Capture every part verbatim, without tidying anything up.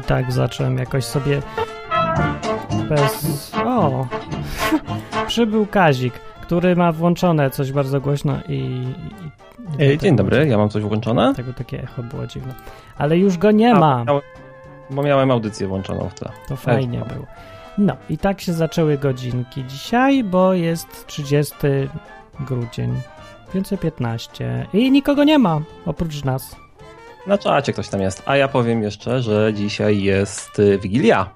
tak zacząłem jakoś sobie bez... O! Przybył Kazik, który ma włączone coś bardzo głośno i... i, i Dzień dobry, ja mam coś włączone? Tego takie echo było dziwne. Ale już go nie A, ma. Miałem, bo miałem audycję włączoną w tle. To fajnie było. No i tak się zaczęły godzinki dzisiaj, bo jest trzydziesty grudzień, dwieście piętnaście i nikogo nie ma oprócz nas. Na czacie ktoś tam jest. A ja powiem jeszcze, że dzisiaj jest Wigilia.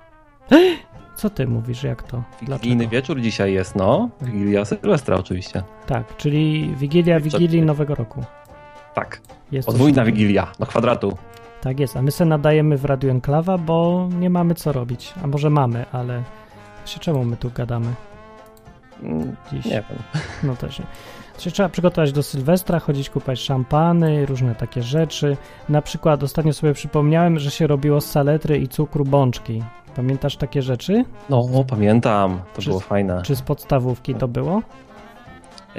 Co ty mówisz, jak to? Wigilijny wieczór dzisiaj jest, no. Wigilia Sylwestra oczywiście. Tak, czyli Wigilia Wigilii Nowego Roku. Tak, jest podwójna Wigilia, do kwadratu. Tak jest, a my se nadajemy w Radiu Enklawa, bo nie mamy co robić. A może mamy, ale się czemu my tu gadamy? Dziś. Nie wiem. No też nie. Się trzeba przygotować do Sylwestra, chodzić kupować szampany, różne takie rzeczy. Na przykład ostatnio sobie przypomniałem, że się robiło z saletry i cukru bączki. Pamiętasz takie rzeczy? No, pamiętam. To czy, było fajne. Czy z podstawówki to było? Yy,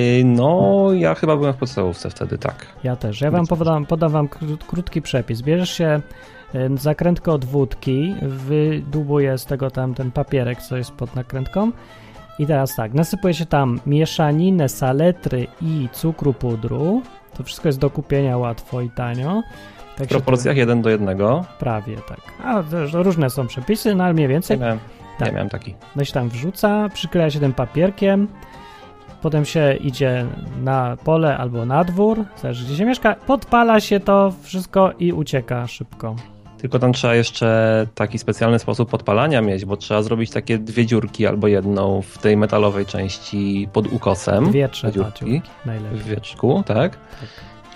no, ja chyba byłem w podstawówce wtedy, tak. Ja też. Ja wam podam, podam wam krótki przepis. Bierzesz się zakrętkę od wódki, wydłubuje z tego tam ten papierek, co jest pod nakrętką. I teraz tak, nasypuje się tam mieszaninę saletry i cukru pudru. To wszystko jest do kupienia łatwo i tanio. Tak w proporcjach to... jeden do jednego. Prawie tak. A też różne są przepisy, no ale mniej więcej. Nie miałem, tak. nie miałem taki. No się tam wrzuca, przykleja się tym papierkiem, potem się idzie na pole albo na dwór, zależy gdzie się mieszka, podpala się to wszystko i ucieka szybko. Tylko tam trzeba jeszcze taki specjalny sposób podpalania mieć, bo trzeba zrobić takie dwie dziurki albo jedną w tej metalowej części pod ukosem. Dwie trzeba dziurki, dziurki najlepiej. W wieczku, tak. tak.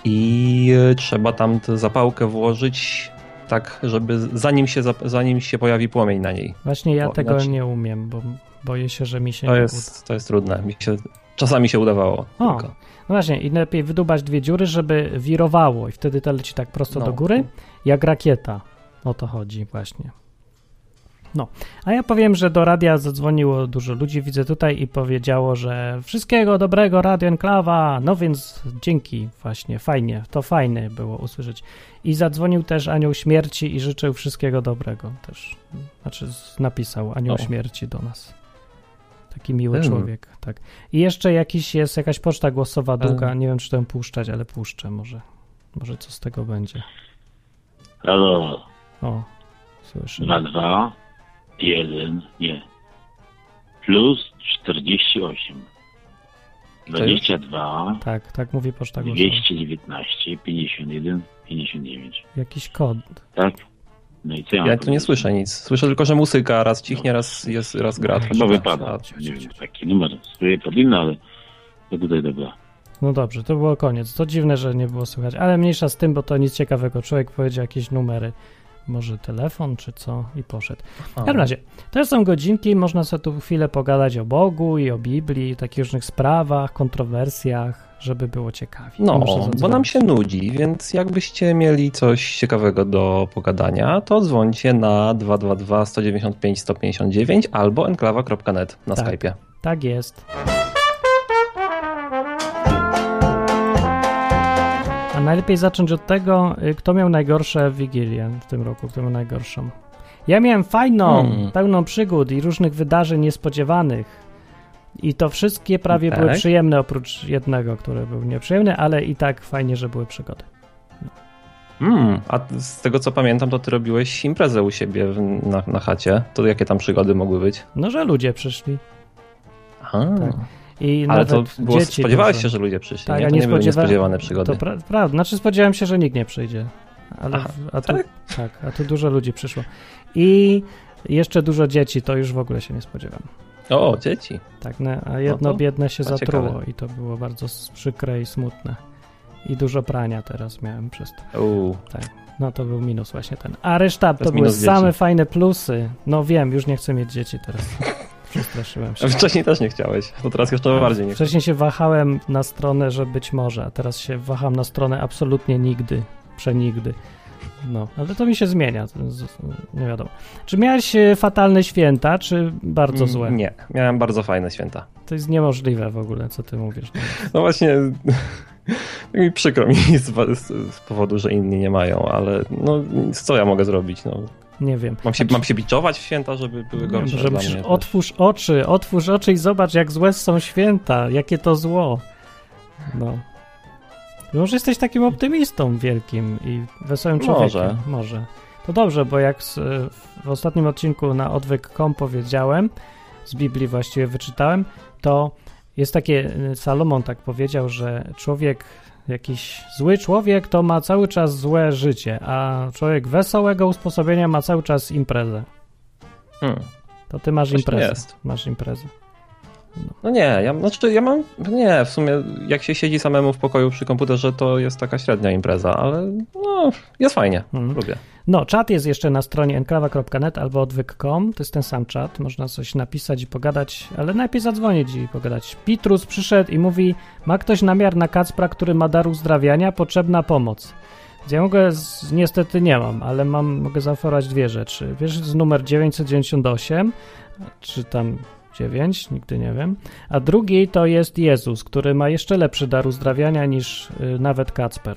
I trzeba tam tę zapałkę włożyć tak, żeby zanim się, zanim się pojawi płomień na niej. Właśnie ja bo tego inaczej... nie umiem, bo boję się, że mi się to nie jest, uda. To jest trudne. Mi się, czasami się udawało. O, tylko. No właśnie i lepiej wydubać dwie dziury, żeby wirowało i wtedy to leci tak prosto no. do góry, jak rakieta. O to chodzi właśnie. No, a ja powiem, że do radia zadzwoniło dużo ludzi, widzę tutaj i powiedziało, że wszystkiego dobrego Radio Enklawa, no więc dzięki właśnie, fajnie, to fajne było usłyszeć. I zadzwonił też Anioł Śmierci i życzył wszystkiego dobrego też, znaczy napisał Anioł o. Śmierci do nas. Taki miły hmm. człowiek, tak. I jeszcze jakiś jest jakaś poczta głosowa długa, hmm. nie wiem czy to ją puszczać, ale puszczę może, może co z tego będzie. Halo. O, słyszę. dwa dwa jeden nie. Plus czterdzieści osiem. dwadzieścia dwa. Tak, tak mówi poczta głosowa. dwieście dziewiętnaście pięćdziesiąt jeden pięćdziesiąt dziewięć. Jakiś kod. Tak. No i co ja Ja tu nie słyszę nic. Słyszę tylko, że muzyka raz cichnie, raz jest, raz gra. Chyba wypada. Nie wiem, taki numer. Spróbuję powinno, ale to tutaj dobra. No dobrze, to było koniec. To dziwne, że nie było słychać, ale mniejsza z tym, bo to nic ciekawego. Człowiek powiedział jakieś numery, może telefon, czy co i poszedł. W każdym razie, to są godzinki, można sobie tu chwilę pogadać o Bogu i o Biblii, takich różnych sprawach, kontrowersjach, żeby było ciekawie. No, bo nam się nudzi, więc jakbyście mieli coś ciekawego do pogadania, to dzwońcie na dwa dwa dwa sto dziewięćdziesiąt pięć sto pięćdziesiąt dziewięć albo enklawa kropka net na tak, Skype'ie. Tak jest. A najlepiej zacząć od tego, kto miał najgorsze Wigilię w tym roku, kto miał najgorszą. Ja miałem fajną, hmm. pełną przygód i różnych wydarzeń niespodziewanych. I to wszystkie prawie tak. były przyjemne, oprócz jednego, który był nieprzyjemny, ale i tak fajnie, że były przygody. No. Hmm, a z tego co pamiętam, to ty robiłeś imprezę u siebie na, na chacie. To jakie tam przygody mogły być? No, że ludzie przyszli. Aha. Tak. I ale to było, dzieci spodziewałeś dużo. się, że ludzie przyszli, tak, nie? To nie nie były spodziewa... niespodziewane przygody. To pra- prawda, znaczy spodziewałem się, że nikt nie przyjdzie. Ale Aha, a tu, tak? tak, a tu dużo ludzi przyszło. I jeszcze dużo dzieci, to już w ogóle się nie spodziewam. O, dzieci. Tak, no, a jedno no biedne się zatruło ciekawe. I to było bardzo przykre i smutne. I dużo prania teraz miałem przez to. Uu. Tak, no to był minus właśnie ten. A reszta to, to były dzieci. Same fajne plusy. No wiem, już nie chcę mieć dzieci teraz. Przestraszyłem się. A wcześniej też nie chciałeś, to teraz jeszcze bardziej nie. Wcześniej się wahałem na stronę, że być może, a teraz się waham na stronę absolutnie nigdy, przenigdy. No, ale to mi się zmienia, nie wiadomo. Czy miałeś fatalne święta, czy bardzo złe? Nie, miałem bardzo fajne święta. To jest niemożliwe w ogóle, co ty mówisz. No właśnie, mi przykro mi z, z, z powodu, że inni nie mają, ale no co ja mogę zrobić, no. Nie wiem. Mam się, mam się biczować w święta, żeby były gorsze że dla musisz mnie. otwórz też. oczy, otwórz oczy i zobacz, jak złe są święta, jakie to zło. No. Może jesteś takim optymistą wielkim i wesołym człowiekiem. Może. Może. To dobrze, bo jak z, w ostatnim odcinku na odwyk kropka com powiedziałem, z Biblii właściwie wyczytałem, to jest takie, Salomon tak powiedział, że człowiek, jakiś zły człowiek to ma cały czas złe życie, a człowiek wesołego usposobienia ma cały czas imprezę. Hmm. To ty masz Coś imprezę. jest. Masz imprezę. No, no nie, ja, znaczy ja mam, nie, w sumie jak się siedzi samemu w pokoju przy komputerze, to jest taka średnia impreza, ale no, jest fajnie, hmm. lubię. No, czat jest jeszcze na stronie enklawa kropka net albo odwyk kropka com, to jest ten sam czat, można coś napisać i pogadać, ale najpierw zadzwonić i pogadać. Pitrus przyszedł i mówi, ma ktoś namiar na Kacpra, który ma dar uzdrawiania, potrzebna pomoc. Ja mogę, z, niestety nie mam, ale mam, mogę zaoferować dwie rzeczy. Wiesz, z numer dziewięćset dziewięćdziesiąt osiem, czy tam dziewięć, nigdy nie wiem, a drugi to jest Jezus, który ma jeszcze lepszy dar uzdrawiania niż y, nawet Kacper.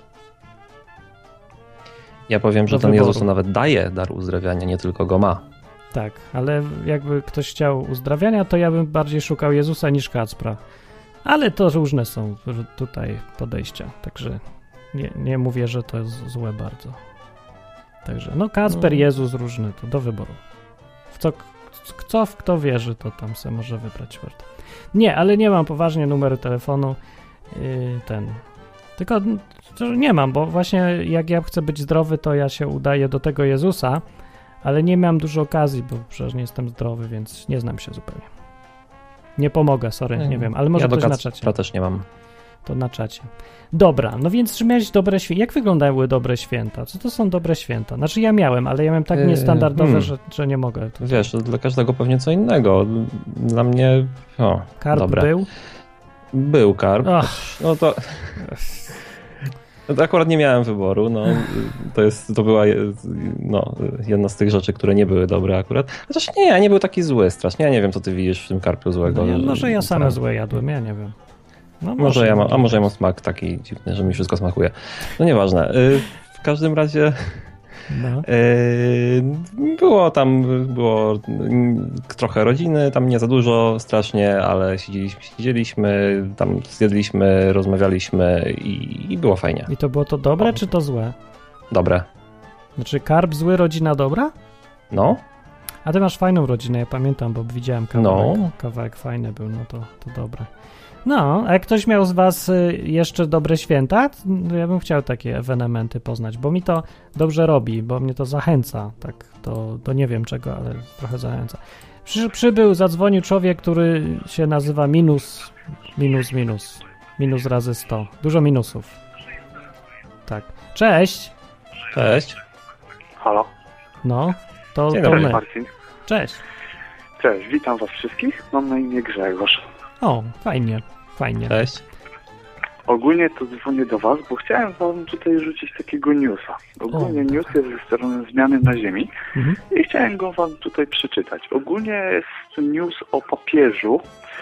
Ja powiem, że Do ten wyboru. Jezus to nawet daje dar uzdrawiania, nie tylko go ma. Tak, ale jakby ktoś chciał uzdrawiania, to ja bym bardziej szukał Jezusa niż Kacpra. Ale to różne są tutaj podejścia, także nie, nie mówię, że to jest złe bardzo. Także no Kacper, no. Jezus różny, to do wyboru. W co, co w kto wierzy, to tam se może wybrać. Nie, ale nie mam poważnie numeru telefonu, yy, ten... Tylko nie mam, bo właśnie jak ja chcę być zdrowy, to ja się udaję do tego Jezusa, ale nie miałem dużo okazji, bo przecież nie jestem zdrowy, więc nie znam się zupełnie. Nie pomogę, sorry, nie, nie wiem, ale może ja ktoś do na czacie. Ja też nie mam. To na czacie. Dobra, no więc czy miałeś dobre święta? Jak wyglądały dobre święta? Co to są dobre święta? Znaczy ja miałem, ale ja miałem tak niestandardowe, hmm. że, że nie mogę. Tutaj. Wiesz, dla każdego pewnie co innego. Dla mnie, o, Karp dobre. był? Był karp. No to... To akurat nie miałem wyboru, no, to, jest, to była no, jedna z tych rzeczy, które nie były dobre akurat. Chociaż nie, nie był taki zły strasznie, ja nie wiem, co ty widzisz w tym karpiu złego. No, może ja same złe jadłem, ja nie wiem. No, może, może ja mam, a może ja mam smak taki dziwny, że mi wszystko smakuje. No nieważne. W każdym razie no. było tam, było trochę rodziny, tam nie za dużo strasznie, ale siedzieliśmy, siedzieliśmy tam zjedliśmy, rozmawialiśmy i, i było fajnie. I to było to dobre, o. czy to złe? Dobre. Znaczy karp zły, rodzina dobra? No. A ty masz fajną rodzinę, ja pamiętam, bo widziałem kawałek, no. kawałek fajny był, no to, to dobre. No, a jak ktoś miał z was jeszcze dobre święta, to ja bym chciał takie ewenementy poznać, bo mi to dobrze robi, bo mnie to zachęca, tak, to, to nie wiem czego, ale trochę zachęca. Przy, przybył, zadzwonił człowiek, który się nazywa minus, minus, minus, minus razy sto, dużo minusów. Tak. Cześć. Cześć. Halo. No, to, Dzień to dobry, my. Marcin. Cześć. Cześć, witam was wszystkich, mam na imię Grzegorz. O, fajnie, fajnie. Cześć. Ogólnie to dzwonię do was, bo chciałem wam tutaj rzucić takiego newsa. Ogólnie o, news jest ze strony Zmiany na Ziemi mhm. i chciałem go wam tutaj przeczytać. Ogólnie jest news o papieżu,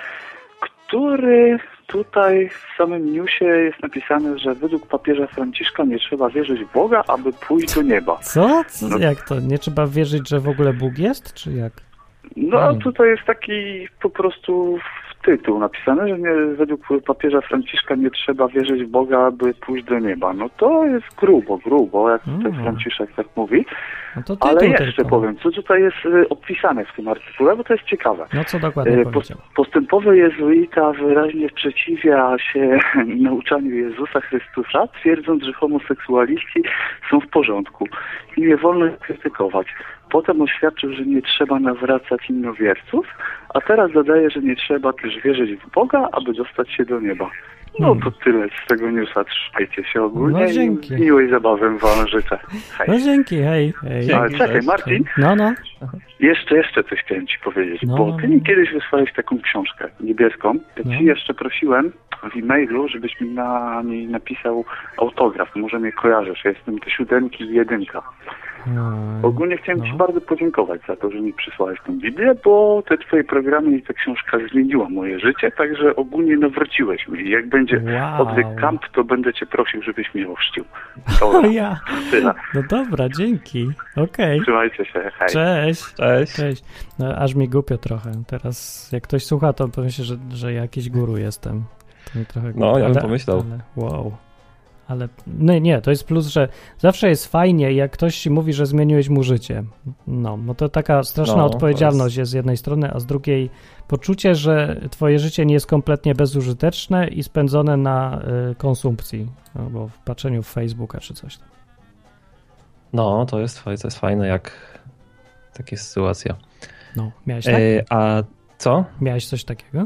który tutaj w samym newsie jest napisane, że według papieża Franciszka nie trzeba wierzyć w Boga, aby pójść do nieba. Co? Co? No, jak to? Nie trzeba wierzyć, że w ogóle Bóg jest, czy jak? No, a tutaj jest taki po prostu tytuł napisany, że nie, według papieża Franciszka nie trzeba wierzyć w Boga, aby pójść do nieba. No to jest grubo, grubo, jak tutaj mm. Franciszek tak mówi. No to ale jeszcze tylko. powiem, co tutaj jest y, opisane w tym artykule, bo to jest ciekawe. No co dokładnie y, powiedział? Postępowy jezuita wyraźnie sprzeciwia się nauczaniu Jezusa Chrystusa, twierdząc, że homoseksualiści są w porządku i nie wolno ich krytykować. Potem oświadczył, że nie trzeba nawracać innowierców, a teraz dodaje, że nie trzeba też wierzyć w Boga, aby dostać się do nieba. No hmm. to tyle z tego newsa. Trzymajcie się ogólnie no, dzięki. i miłej zabawy wam życzę. Hej. No dzięki, hej. hej. Ale czekaj, Marcin. No, no. Jeszcze, jeszcze coś chciałem ci powiedzieć, no, bo ty mi kiedyś wysłałeś taką książkę niebieską. Ja no. ci jeszcze prosiłem w e-mailu, żebyś mi na niej napisał autograf. Może mnie kojarzysz, ja jestem do siódemki i jedynka. Hmm. Ogólnie chciałem no. Ci bardzo podziękować za to, że mi przysłałeś tę Biblię, bo te Twoje programy i ta książka zmieniła moje życie, także ogólnie nawróciłeś mnie. Jak będzie wow. odwyk camp, to będę Cię prosił, żebyś mnie ochrzcił. O ja. Tyle. No dobra, dzięki. Okej. Okay. Trzymajcie się, hej. Cześć. Cześć. Cześć. No, aż mi głupio trochę. Teraz jak ktoś słucha, to pomyśli, że, że jakiś guru jestem. To mi trochę no, ja bym ale, pomyślał. Ale, wow. Ale no nie, to jest plus, że zawsze jest fajnie, jak ktoś ci mówi, że zmieniłeś mu życie. No, no to taka straszna no, odpowiedzialność jest... jest z jednej strony, a z drugiej poczucie, że twoje życie nie jest kompletnie bezużyteczne i spędzone na y, konsumpcji, albo w patrzeniu w Facebooka czy coś tam. No, to jest, to jest fajne, jak taka sytuacja. No, miałeś tak? E, a co? Miałeś coś takiego?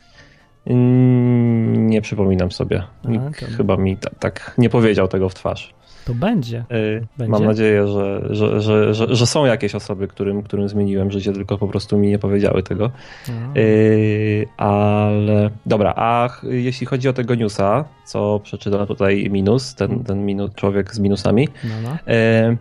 Nie przypominam sobie. Nikt to... chyba mi t- tak nie powiedział tego w twarz. To będzie. Yy, będzie. Mam nadzieję, że, że, że, że, że są jakieś osoby, którym, którym zmieniłem życie, tylko po prostu mi nie powiedziały tego. Yy, ale dobra, a jeśli chodzi o tego newsa, co przeczytał tutaj Minus, ten, ten minus, człowiek z minusami, no, no. Yy,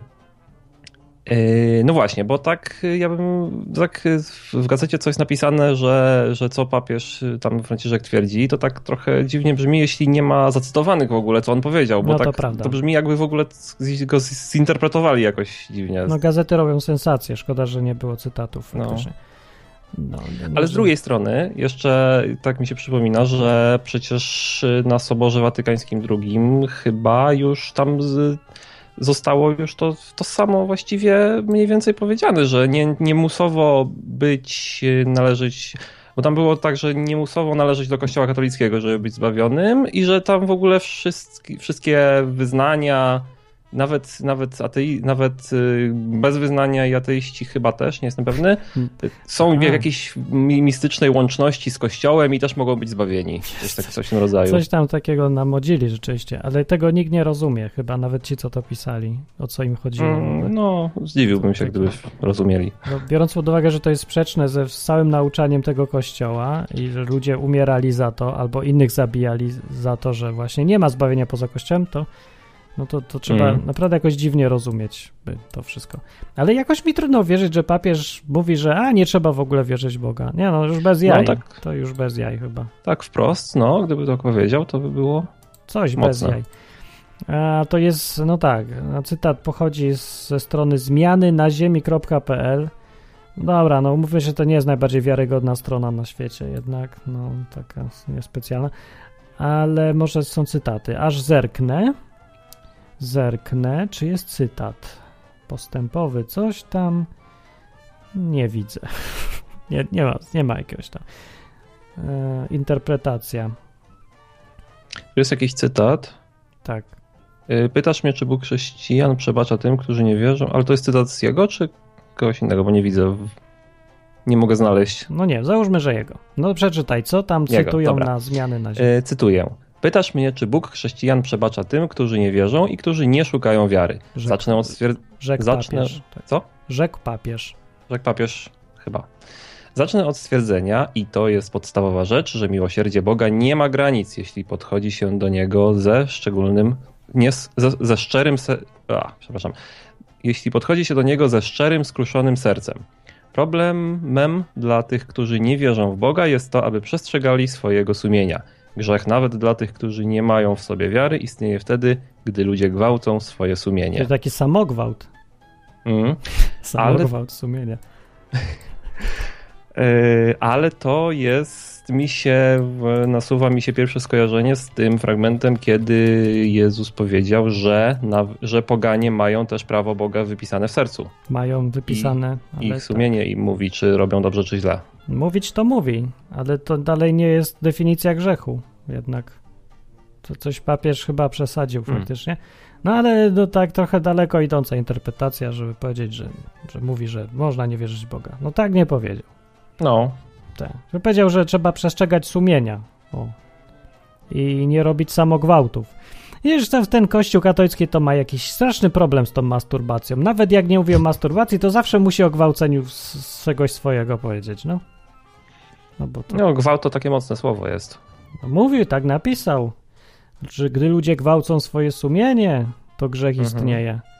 No właśnie, bo tak ja bym tak w gazecie coś napisane, że, że co papież tam Franciszek twierdzi, to tak trochę dziwnie brzmi, jeśli nie ma zacytowanych w ogóle, co on powiedział, bo no to tak prawda. To brzmi, jakby w ogóle go zinterpretowali jakoś dziwnie. No gazety robią sensację, szkoda, że nie było cytatów faktycznie. No. No, ale z drugiej strony jeszcze tak mi się przypomina, że przecież na Soborze Watykańskim drugim chyba już tam z zostało już to, to samo właściwie mniej więcej powiedziane, że nie, nie musowo być, należeć, bo tam było tak, że nie musowo należeć do Kościoła katolickiego, żeby być zbawionym i że tam w ogóle wszystkie, wszystkie wyznania, nawet, nawet, atei, nawet bez wyznania i ateiści chyba też, nie jestem pewny, są w jakiejś mistycznej łączności z Kościołem i też mogą być zbawieni. Coś, tak, coś w tym rodzaju. Coś tam takiego namodzili rzeczywiście, ale tego nikt nie rozumie chyba, nawet ci, co to pisali, o co im chodziło. Mm, no, zdziwiłbym się, gdyby rozumieli. No, biorąc pod uwagę, że to jest sprzeczne ze całym nauczaniem tego Kościoła i że ludzie umierali za to, albo innych zabijali za to, że właśnie nie ma zbawienia poza Kościołem, to no to, to trzeba mm. naprawdę jakoś dziwnie rozumieć to wszystko. Ale jakoś mi trudno wierzyć, że papież mówi, że a, nie trzeba w ogóle wierzyć w Boga. Nie, no już bez jaj. No, tak, to już bez jaj chyba. Tak wprost, no, gdyby to powiedział, to by było coś mocne. Bez jaj. A to jest, no tak, cytat pochodzi z, ze strony zmiany na ziemi kropka p l. Dobra, no mówię, że to nie jest najbardziej wiarygodna strona na świecie jednak, no taka niespecjalna. Ale może są cytaty. Aż zerknę. Zerknę, czy jest cytat postępowy, coś tam nie widzę. nie, nie, ma, nie ma jakiegoś tam. E, interpretacja. Jest jakiś cytat? Tak. Pytasz mnie, czy Bóg chrześcijan przebacza tym, którzy nie wierzą, ale to jest cytat z jego, czy kogoś innego, bo nie widzę. Nie mogę znaleźć. No nie, załóżmy, że jego. No przeczytaj, co tam jego, cytują dobra. Na zmiany na ziemi. E, cytuję. Pytasz mnie, czy Bóg chrześcijan przebacza tym, którzy nie wierzą i którzy nie szukają wiary. Rzekł, Zacznę od stwierdzenia... Rzekł Zacznę... papież. Tak. Co? Rzekł papież. Rzekł papież, chyba. Zacznę od stwierdzenia, i to jest podstawowa rzecz, że miłosierdzie Boga nie ma granic, jeśli podchodzi się do niego ze szczególnym... Nie, ze, ze szczerym... Se... A, przepraszam. Jeśli podchodzi się do niego ze szczerym, skruszonym sercem. Problemem dla tych, którzy nie wierzą w Boga, jest to, aby przestrzegali swojego sumienia. Grzech nawet dla tych, którzy nie mają w sobie wiary, istnieje wtedy, gdy ludzie gwałcą swoje sumienie. To taki samogwałt. Mm. Samogwałt ale... sumienia. yy, ale to jest, mi się, nasuwa mi się pierwsze skojarzenie z tym fragmentem, kiedy Jezus powiedział, że, na, że poganie mają też prawo Boga wypisane w sercu. Mają wypisane. I ich sumienie tak. Im mówi, czy robią dobrze, czy źle. Mówić to mówi, ale to dalej nie jest definicja grzechu jednak. To coś papież chyba przesadził hmm. faktycznie. No ale to tak trochę daleko idąca interpretacja, żeby powiedzieć, że, że mówi, że można nie wierzyć w Boga. No tak nie powiedział. No. Tak. Że powiedział, że trzeba przestrzegać sumienia. O. I nie robić samogwałtów. I jeszcze ten kościół katolicki to ma jakiś straszny problem z tą masturbacją. Nawet jak nie mówi o masturbacji, to zawsze musi o gwałceniu z, z czegoś swojego powiedzieć, no. No, bo to... no gwałt to takie mocne słowo jest. No, mówił, tak napisał, że gdy ludzie gwałcą swoje sumienie, to grzech mhm. istnieje.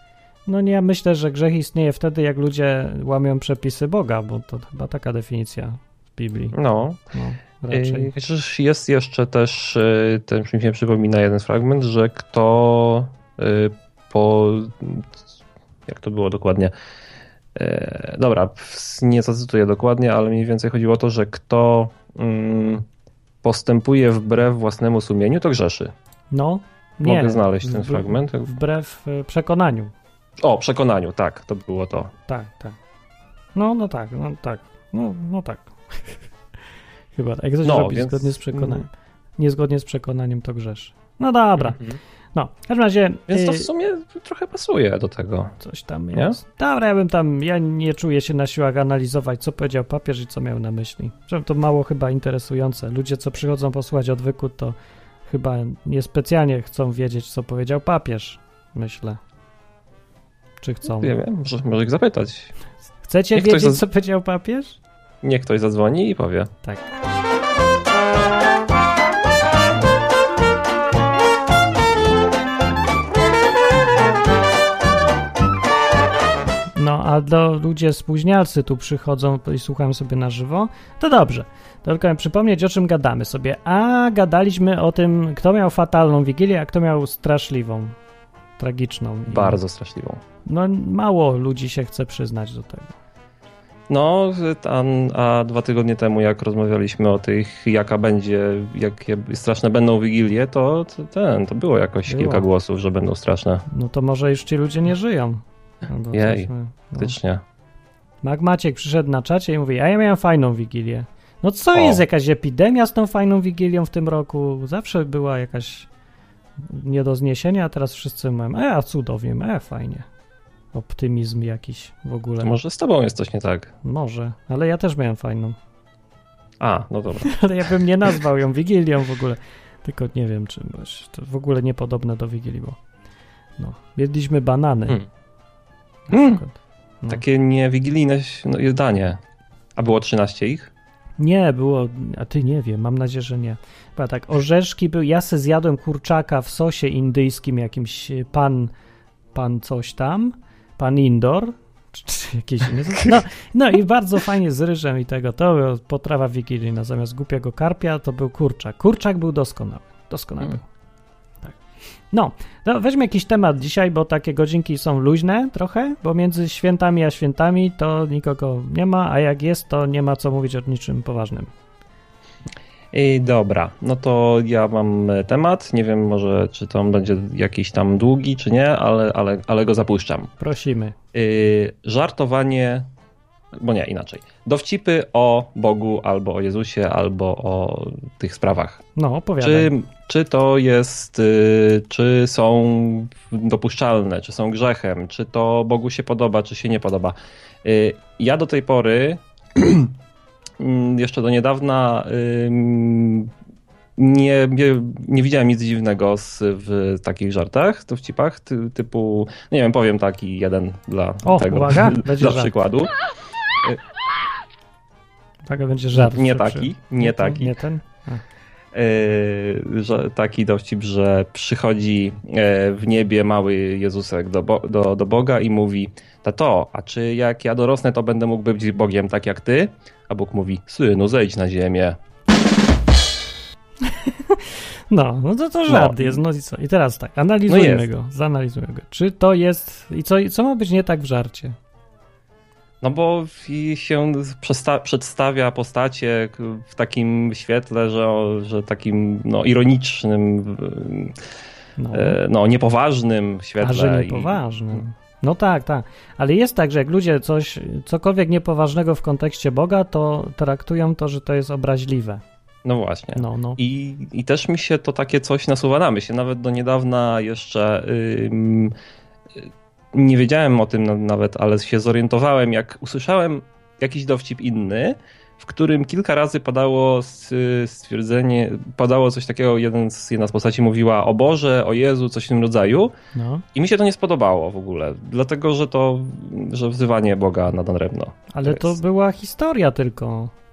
No nie, ja myślę, że grzech istnieje wtedy, jak ludzie łamią przepisy Boga, bo to chyba taka definicja w Biblii. No. no raczej. Chociaż jest jeszcze też, ten mi się przypomina jeden fragment, że kto po... Jak to było dokładnie? Dobra, nie zacytuję dokładnie, ale mniej więcej chodziło o to, że kto postępuje wbrew własnemu sumieniu, to grzeszy. No, nie. Mogę znaleźć ten w, fragment. Wbrew przekonaniu. O, przekonaniu, tak, to było to. Tak, tak. No, no tak, no tak, no, no tak. Chyba tak. Jak coś no, robi więc... zgodnie z przekonaniem. Niezgodnie z przekonaniem to grzeszy. No dobra. Mm-hmm. No, w każdym razie... Więc to w sumie trochę pasuje do tego. Coś tam jest. Nie? Dobra, ja bym tam, ja nie czuję się na siłach analizować, co powiedział papież i co miał na myśli. Że to mało chyba interesujące. Ludzie, co przychodzą posłuchać odwyku, to chyba niespecjalnie chcą wiedzieć, co powiedział papież, myślę. Czy chcą? Nie wiem, może, może ich zapytać. Chcecie Niech wiedzieć, zaz... co powiedział papież? Niech ktoś zadzwoni i powie. Tak. No, a do ludzie spóźnialcy tu przychodzą i słuchają sobie na żywo, to dobrze. Tylko mi przypomnieć, o czym gadamy sobie. A gadaliśmy o tym, kto miał fatalną Wigilię, a kto miał straszliwą, tragiczną. Bardzo straszliwą. No, mało ludzi się chce przyznać do tego. No, a, a dwa tygodnie temu, jak rozmawialiśmy o tych, jaka będzie, jakie straszne będą Wigilie, to, to ten, to było jakoś było. kilka głosów, że będą straszne. No to może już ci ludzie nie żyją. Jej, no. Faktycznie. Mac Maciek przyszedł na czacie i mówi, a ja miałem fajną Wigilię. No co o. jest, jakaś epidemia z tą fajną Wigilią w tym roku? Zawsze była jakaś nie do zniesienia, a teraz wszyscy mówią, a ja cudownie, a ja fajnie. Optymizm jakiś w ogóle. To może z tobą jest coś nie tak? Może, ale ja też miałem fajną. A, no dobra. Ale ja bym nie nazwał ją Wigilią w ogóle. Tylko nie wiem, czy to w ogóle niepodobne do Wigilii było. No, jedliśmy banany. Hmm. Hmm. No. Takie niewigilijne no, danie. A było trzynaście ich? Nie, było, a ty nie wiem, mam nadzieję, że nie. Chyba tak, orzeszki były, ja se zjadłem kurczaka w sosie indyjskim, jakimś pan, pan coś tam, pan Indor, czy, czy jakieś inne. No, no i bardzo fajnie z ryżem i tego, to była potrawa wigilijna, zamiast głupiego karpia to był kurczak. Kurczak był doskonały, doskonały. Hmm. No, to weźmy jakiś temat dzisiaj, bo takie godzinki są luźne trochę, bo między świętami a świętami to nikogo nie ma, a jak jest, to nie ma co mówić o niczym poważnym. I dobra, no to ja mam temat, nie wiem może czy to będzie jakiś tam długi czy nie, ale, ale, ale go zapuszczam. Prosimy. Yy, żartowanie, bo nie, inaczej. Dowcipy o Bogu albo o Jezusie, albo o tych sprawach. No, opowiadaj. Czy, czy to jest, y, czy są dopuszczalne, czy są grzechem, czy to Bogu się podoba, czy się nie podoba. Y, ja do tej pory, jeszcze do niedawna, y, nie, nie, nie widziałem nic dziwnego z, w takich żartach, dowcipach, ty, typu, nie wiem, powiem taki jeden dla o, tego, uwaga, dla przykładu. Tak, będzie żart. Nie taki, nie, nie taki. Nie ten? Yy, że taki dowcip, że przychodzi w niebie mały Jezusek do, Bo- do, do Boga i mówi: tato, a czy jak ja dorosnę, to będę mógł być Bogiem tak jak ty? A Bóg mówi: synu, zejdź na ziemię. No, no to to żart no. jest. No i co? I teraz tak, analizujmy no go, zanalizujmy go. Czy to jest, i co, co ma być nie tak w żarcie? No bo się przesta- przedstawia postacie w takim świetle, że, że takim no, ironicznym, no. E, no niepoważnym świetle. A że niepoważnym. I... No tak, tak. Ale jest tak, że jak ludzie coś, cokolwiek niepoważnego w kontekście Boga, to traktują to, że to jest obraźliwe. No właśnie. No, no. I, I też mi się to takie coś nasuwa na myśl. Nawet do niedawna jeszcze... Yy, yy, nie wiedziałem o tym nawet, ale się zorientowałem, jak usłyszałem jakiś dowcip inny, w którym kilka razy padało stwierdzenie, padało coś takiego, jeden z, jedna z postaci mówiła o Boże, o Jezu, coś w tym rodzaju. No. I mi się to nie spodobało w ogóle, dlatego, że to, że wzywanie Boga na daremno. Ale to, to była historia tylko.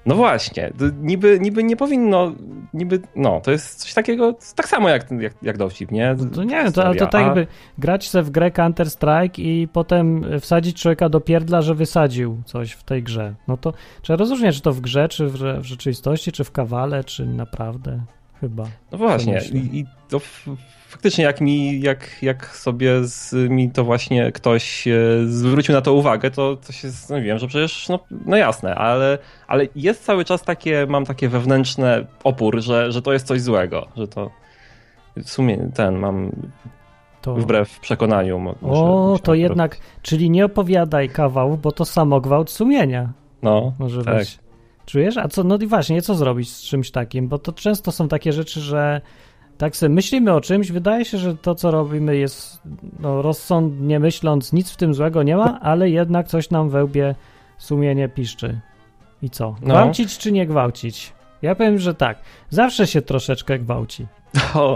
No właśnie, niby, niby nie powinno, niby, no, to jest coś takiego, tak samo jak, jak, jak dowcip, nie? No to nie wiem, to, ale to tak A... jakby grać se w grę Counter-Strike i potem wsadzić człowieka do pierdla, że wysadził coś w tej grze. No to trzeba rozróżniać, czy to w grze, czy w, w rzeczywistości, czy w kawale, czy naprawdę, chyba. No właśnie, i, i to f- faktycznie jak mi, jak, jak sobie z, mi to właśnie ktoś e, zwrócił na to uwagę, to, to się zastanowiłem, że przecież, no, no jasne, ale, ale jest cały czas takie, mam takie wewnętrzne opór, że, że to jest coś złego, że to w sumie ten mam to... wbrew przekonaniu. Muszę, o, to jednak, czyli nie opowiadaj kawałów, bo to samogwałt sumienia. No, może tak. być. Czujesz? A co, no i właśnie, co zrobić z czymś takim? Bo to często są takie rzeczy, że tak sobie myślimy o czymś, wydaje się, że to, co robimy jest no, rozsądnie myśląc, nic w tym złego nie ma, ale jednak coś nam we łbie sumienie piszczy. I co? Gwałcić no. czy nie gwałcić? Ja powiem, że tak. Zawsze się troszeczkę gwałci. O.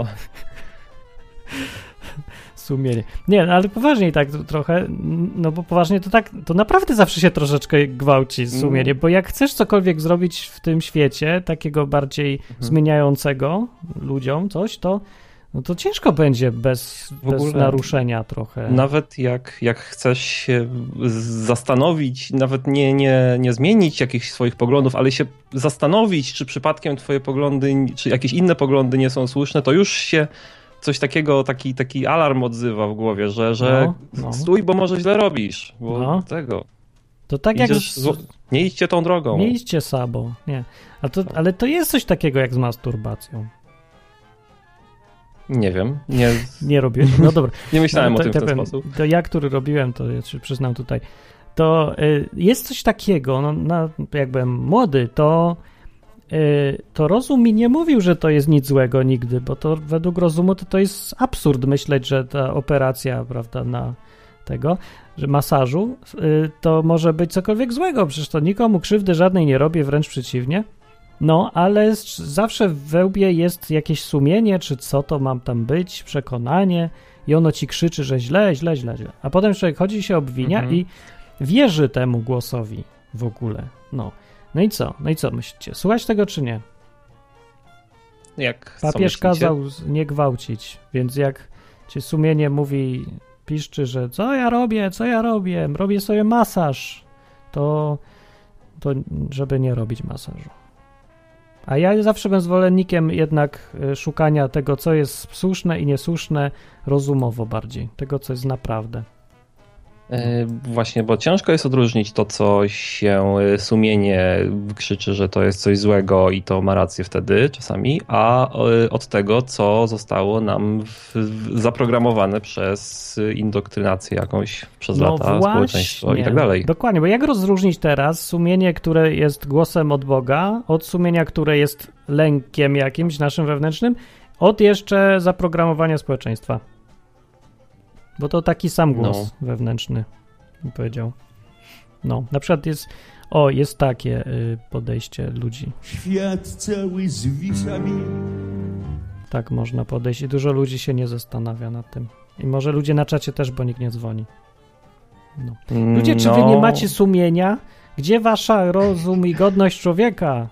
Sumienie. Nie, no, ale poważniej tak trochę, no bo poważnie to tak, to naprawdę zawsze się troszeczkę gwałci sumienie, bo jak chcesz cokolwiek zrobić w tym świecie, takiego bardziej mhm. zmieniającego ludziom coś, to no to ciężko będzie bez, bez naruszenia trochę. Nawet jak, jak chcesz się zastanowić, nawet nie, nie, nie zmienić jakichś swoich poglądów, ale się zastanowić, czy przypadkiem twoje poglądy, czy jakieś inne poglądy nie są słuszne, to już się coś takiego, taki, taki alarm odzywa w głowie, że, że no, no. stój, bo może źle robisz. Bo no. tego. To tak jak... Z... Nie idźcie tą drogą. Nie idźcie sabo. Nie. A to, ale to jest coś takiego jak z masturbacją. Nie wiem. Nie, nie robię. No dobra. nie myślałem no, to, o tym w ten powiem, sposób. To ja, który robiłem, to ja się przyznam tutaj, to y, jest coś takiego, no, na, jak byłem młody, to to rozum mi nie mówił, że to jest nic złego nigdy, bo to według rozumu to, to jest absurd myśleć, że ta operacja, prawda, na tego, że masażu, to może być cokolwiek złego, przecież to nikomu krzywdy żadnej nie robię, wręcz przeciwnie. No, ale zawsze w łbie jest jakieś sumienie, czy co to mam tam być, przekonanie i ono ci krzyczy, że źle, źle, źle, źle. A potem człowiek chodzi i się obwinia mhm. i wierzy temu głosowi w ogóle. No. No i co? No i co myślicie? Słuchać tego czy nie? Jak Papież kazał nie gwałcić, więc jak ci sumienie mówi, piszczy, że co ja robię, co ja robię, robię sobie masaż, to, to żeby nie robić masażu. A ja zawsze będę zwolennikiem jednak szukania tego, co jest słuszne i niesłuszne, rozumowo bardziej, tego, co jest naprawdę. Właśnie, bo ciężko jest odróżnić to, co się sumienie krzyczy, że to jest coś złego i to ma rację wtedy czasami, a od tego, co zostało nam w, w, zaprogramowane przez indoktrynację jakąś przez no lata, właśnie, społeczeństwo i tak dalej. Dokładnie, bo jak rozróżnić teraz sumienie, które jest głosem od Boga, od sumienia, które jest lękiem jakimś naszym wewnętrznym, od jeszcze zaprogramowania społeczeństwa? Bo to taki sam głos no. wewnętrzny, bym powiedział. No, na przykład jest, o, jest takie y, podejście ludzi. Świat cały zwisa mi. Tak można podejść i dużo ludzi się nie zastanawia nad tym. I może ludzie na czacie też, bo nikt nie dzwoni. No. Ludzie, czy no. wy nie macie sumienia? Gdzie wasza rozum i godność człowieka?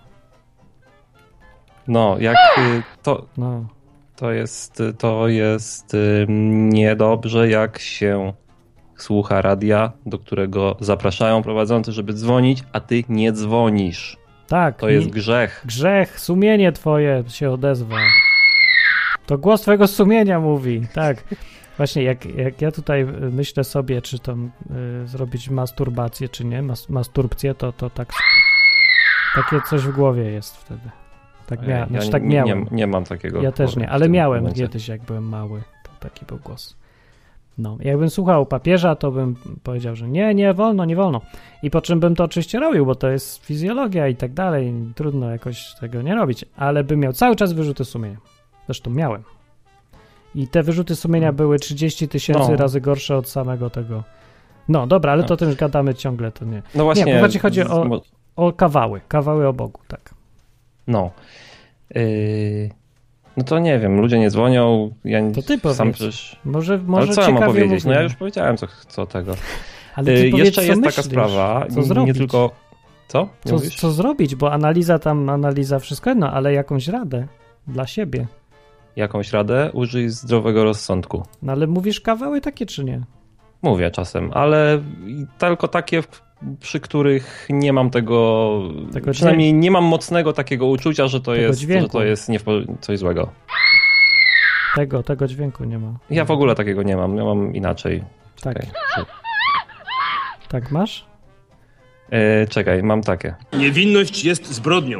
No, jak y, to... No. To jest, to jest niedobrze, jak się słucha radia, do którego zapraszają prowadzący, żeby dzwonić, a ty nie dzwonisz. Tak. To jest grzech. Grzech, sumienie twoje się odezwa. To głos twojego sumienia mówi, tak. Właśnie, jak, jak ja tutaj myślę sobie, czy to y, zrobić masturbację, czy nie, mas, masturbcję, to, to tak takie coś w głowie jest wtedy. Tak, mia- ja znaczy, tak nie, miałem. Nie, nie mam takiego. Ja też nie, ale miałem momencie. Kiedyś, jak byłem mały, to taki był głos. No, jakbym słuchał papieża, to bym powiedział, że nie, nie wolno, nie wolno. I po czym bym to oczywiście robił, bo to jest fizjologia i tak dalej, trudno jakoś tego nie robić, ale bym miał cały czas wyrzuty sumienia. Zresztą miałem. I te wyrzuty sumienia były trzydzieści tysięcy no. razy gorsze od samego tego. No, dobra, ale to o tym gadamy ciągle, to nie. No właśnie. Nie, bardziej chodzi o, o kawały, kawały o Bogu, tak. No. Yy, no to nie wiem, ludzie nie dzwonią. Ja to ty powiedz. Sam przecież... Może, może ale co ja mam powiedzieć? Mówimy. No ja już powiedziałem co, co tego. Ale ty yy, powiedz, jeszcze co jest myślisz, taka sprawa, co nie zrobić? tylko Co? Co, co zrobić, bo analiza tam, analiza wszystko jedno, ale jakąś radę dla siebie. Jakąś radę? Użyj zdrowego rozsądku. No ale mówisz kawały takie, czy nie? Mówię czasem, ale tylko takie, przy których nie mam tego, tego przynajmniej dźwięku. Nie mam mocnego takiego uczucia, że to, jest, że to jest nie coś złego. Tego, tego dźwięku nie ma. Ja w ogóle takiego nie mam, ja mam inaczej. Czekaj. Tak. Tak masz? E, czekaj, mam takie. Niewinność jest zbrodnią.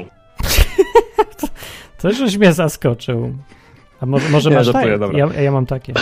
Coś już mnie zaskoczył. A może, może nie, masz żartuję, tak? Ja, ja mam takie.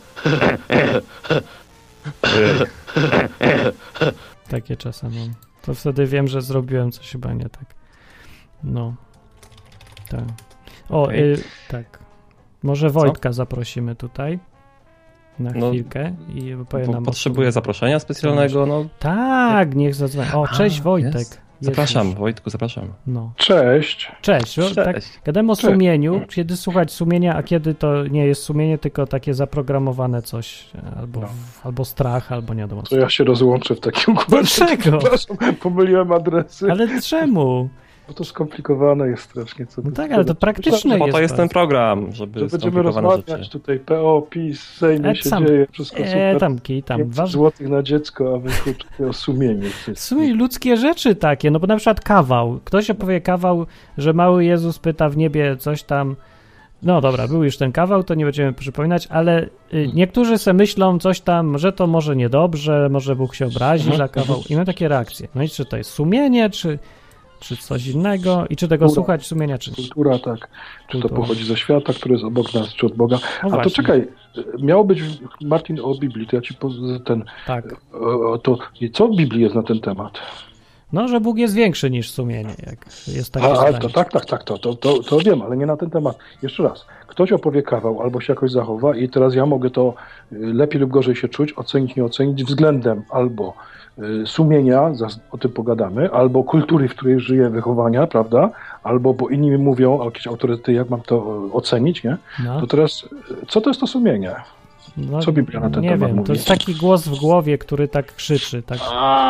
Takie czasem mam. To wtedy wiem, że zrobiłem coś chyba nie tak. No. Tak. O, okay. y, tak. Może Wojtka Co? zaprosimy tutaj na no, chwilkę i powie nam. Potrzebuję zaproszenia specjalnego. No. Tak, niech zadzwoni. O, cześć A, Wojtek. Jest. Zapraszam, jest. Wojtku, zapraszam. No. Cześć. Cześć. Cześć. Tak, gadamy o Cześć. sumieniu, kiedy słuchać sumienia, a kiedy to nie jest sumienie, tylko takie zaprogramowane coś, albo, no. albo strach, albo nie wiadomo. To ja się rozłączę w takim układzie. Dlaczego? Pomyliłem adresy. Ale czemu? Bo to skomplikowane jest strasznie. Co no tak, ale to praktyczne jest. Po to jest ten program, żeby że będziemy rozmawiać rzeczy. Tutaj P O, PiS, Sejmie e, się sam, dzieje, wszystko e, super. Tam, kij, tam. pięćset złotych na dziecko, a wy kłócicie o sumieniu. W sumie ludzkie rzeczy takie, no bo na przykład kawał. Ktoś opowie kawał, że mały Jezus pyta w niebie coś tam. No dobra, był już ten kawał, to nie będziemy przypominać, ale y, niektórzy se myślą coś tam, że to może niedobrze, może Bóg się obrazi za kawał i mają takie reakcje. No i czy to jest sumienie, czy... czy coś innego i czy tego kultura, słuchać sumienia, czy kultura, tak. Czy kultura. To pochodzi ze świata, który jest obok nas, czy od Boga. No A właśnie. To czekaj, miało być, Martin, o Biblii, to ja ci ten... Tak. To co w Biblii jest na ten temat? No, że Bóg jest większy niż sumienie, jak jest takie A, zdanie. to tak, tak, tak, to, to, to, to wiem, ale nie na ten temat. Jeszcze raz, ktoś opowie kawał albo się jakoś zachowa i teraz ja mogę to lepiej lub gorzej się czuć, ocenić, nie ocenić względem albo sumienia, o tym pogadamy, albo kultury, w której żyję, wychowania, prawda, albo bo inni mi mówią, a jakieś autorytety, jak mam to ocenić, nie? No. To teraz, co to jest to sumienie? No, co Biblia na ten nie temat wiem, mówi? To jest taki głos w głowie, który tak krzyczy, tak,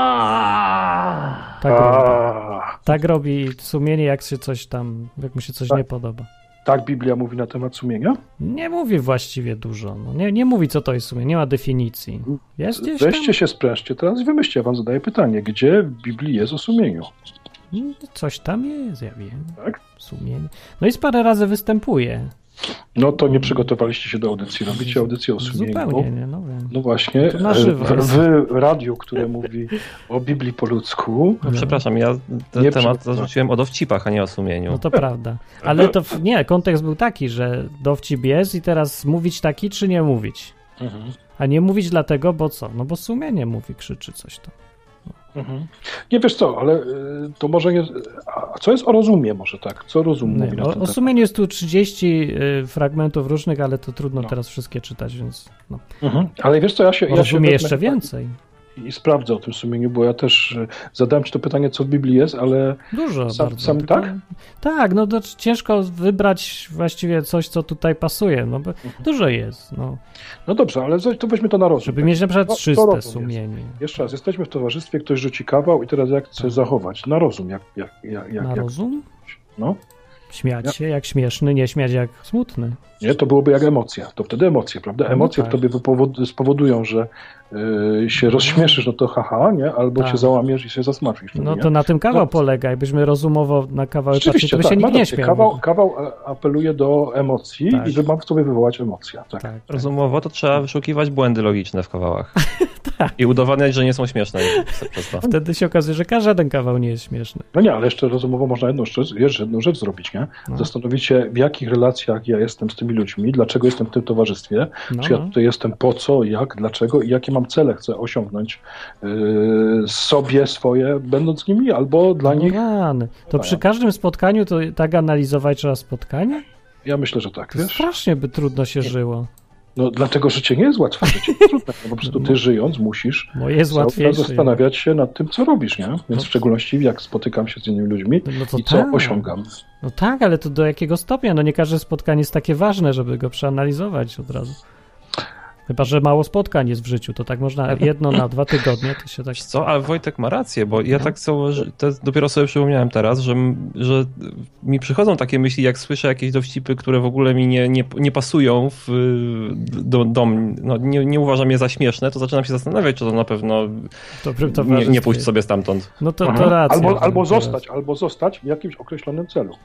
tak robi. Tak robi sumienie, jak się coś tam, jak mu się coś tak. nie podoba. Tak Biblia mówi na temat sumienia? Nie mówi właściwie dużo. No, nie, nie mówi, co to jest sumienie, nie ma definicji. Jest gdzieś Weźcie tam? się, sprężcie teraz i wymyślcie, ja wam zadaję pytanie, gdzie w Biblii jest o sumieniu? Coś tam jest, ja wiem. Tak? Sumienie. No i z parę razy występuje. No to nie przygotowaliście się do audycji, robicie audycję o sumieniu. Zupełnie nie, no wiem. No właśnie, w, w radiu, które mówi o Biblii po ludzku. No, przepraszam, ja ten temat zarzuciłem o dowcipach, a nie o sumieniu. No to prawda. Ale to nie, kontekst był taki, że dowcip jest i teraz mówić taki, czy nie mówić. Mhm. A nie mówić dlatego, bo co? No bo sumienie mówi, krzyczy coś tam. Mhm. Nie wiesz co, ale to może jest. A co jest o rozumie, może tak? Co rozum nie, mówi na o, ten o sumieniu jest tu trzydzieści y, fragmentów różnych, ale to trudno no. teraz wszystkie czytać, więc. No. Mhm. Ale wiesz co, ja się. O ja się rozumie jeszcze więcej. I sprawdzę o tym sumieniu, bo ja też zadałem ci to pytanie, co w Biblii jest, ale... Dużo sam, bardzo. Sam, tylko, tak? Tak, no to ciężko wybrać właściwie coś, co tutaj pasuje, no bo mhm. dużo jest. No. no dobrze, ale to weźmy to na rozum. Żeby tak? mieć na przykład to, czyste to sumienie. Jest. Jeszcze raz, jesteśmy w towarzystwie, ktoś rzuci kawał i teraz jak chcę tak. zachować? Na rozum. Jak, jak, jak, jak, na jak... rozum? No. Śmiać ja. się jak śmieszny, nie śmiać jak smutny. Nie, to byłoby jak emocja. To wtedy emocje, prawda? Emocje no tak. w tobie wypowod- spowodują, że yy, się rozśmieszysz, no to haha, nie? Albo tak. się załamiesz i się zasmaczysz. No to na tym kawał no. polega. Jakbyśmy rozumowo na kawał patrzyli, to by tak, się nikt nie śmiał. Kawał, kawał apeluje do emocji tak. i mam w sobie wywołać emocje. Tak. Tak. Rozumowo to trzeba wyszukiwać błędy logiczne w kawałach. tak. I udowadniać, że nie są śmieszne. Przez to. Wtedy się okazuje, że żaden kawał nie jest śmieszny. No nie, ale jeszcze rozumowo można jedną rzecz, jedną rzecz zrobić, nie? No. Zastanowić się, w jakich relacjach ja jestem z tymi ludźmi, dlaczego jestem w tym towarzystwie, no. czy ja tutaj jestem po co, jak, dlaczego i jakie mam cele chcę osiągnąć yy, sobie swoje, będąc z nimi, albo dla no nich. Rany. To przy każdym spotkaniu to tak analizować trzeba spotkanie? Ja myślę, że tak. Wiesz? Strasznie by trudno się nie. żyło. No dlatego życie nie jest łatwe, życie jest trudne, no, po prostu ty żyjąc musisz Moje jest łatwiejsze. zastanawiać się nad tym, co robisz, nie? Więc no. w szczególności jak spotykam się z innymi ludźmi no i co tak. osiągam. No tak, ale to do jakiego stopnia? No nie każde spotkanie jest takie ważne, żeby go przeanalizować od razu. Chyba że mało spotkań jest w życiu, to tak można jedno na dwa tygodnie, to się tak... Co, ale Wojtek ma rację, bo ja tak zauważy, to dopiero sobie przypomniałem teraz, że, że mi przychodzą takie myśli, jak słyszę jakieś dowcipy, które w ogóle mi nie, nie, nie pasują w, do, do no, nie, nie uważam je za śmieszne, to zaczynam się zastanawiać, czy to na pewno to, to nie, nie pójść sobie stamtąd. No to, to racja. Albo, albo zostać, albo zostać w jakimś określonym celu.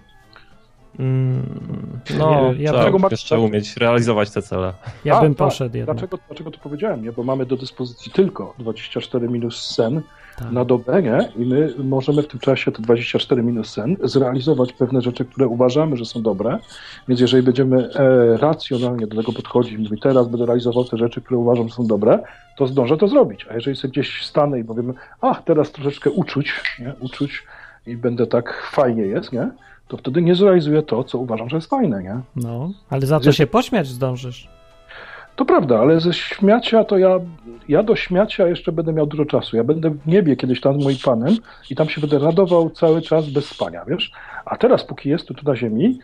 Mm, no, ja trzeba masz, jeszcze umieć realizować te cele. Ja A, bym tak. poszedł jednak. Dlaczego, dlaczego to powiedziałem? Nie? Bo mamy do dyspozycji tylko dwadzieścia cztery minus sen tak. na dobę, nie? I my możemy w tym czasie te dwadzieścia cztery minus sen zrealizować pewne rzeczy, które uważamy, że są dobre. Więc jeżeli będziemy e, racjonalnie do tego podchodzić i mówić, teraz będę realizował te rzeczy, które uważam, że są dobre, to zdążę to zrobić. A jeżeli sobie gdzieś stanę i powiemy, ach, teraz troszeczkę uczuć, nie? Uczuć i będę tak, fajnie jest, nie? To wtedy nie zrealizuję to, co uważam, że jest fajne, nie? No, ale za to się pośmiać zdążysz. To prawda, ale ze śmiacia to ja, ja do śmiacia jeszcze będę miał dużo czasu. Ja będę w niebie kiedyś tam z moim Panem i tam się będę radował cały czas bez spania, wiesz? A teraz, póki jestem tu na ziemi,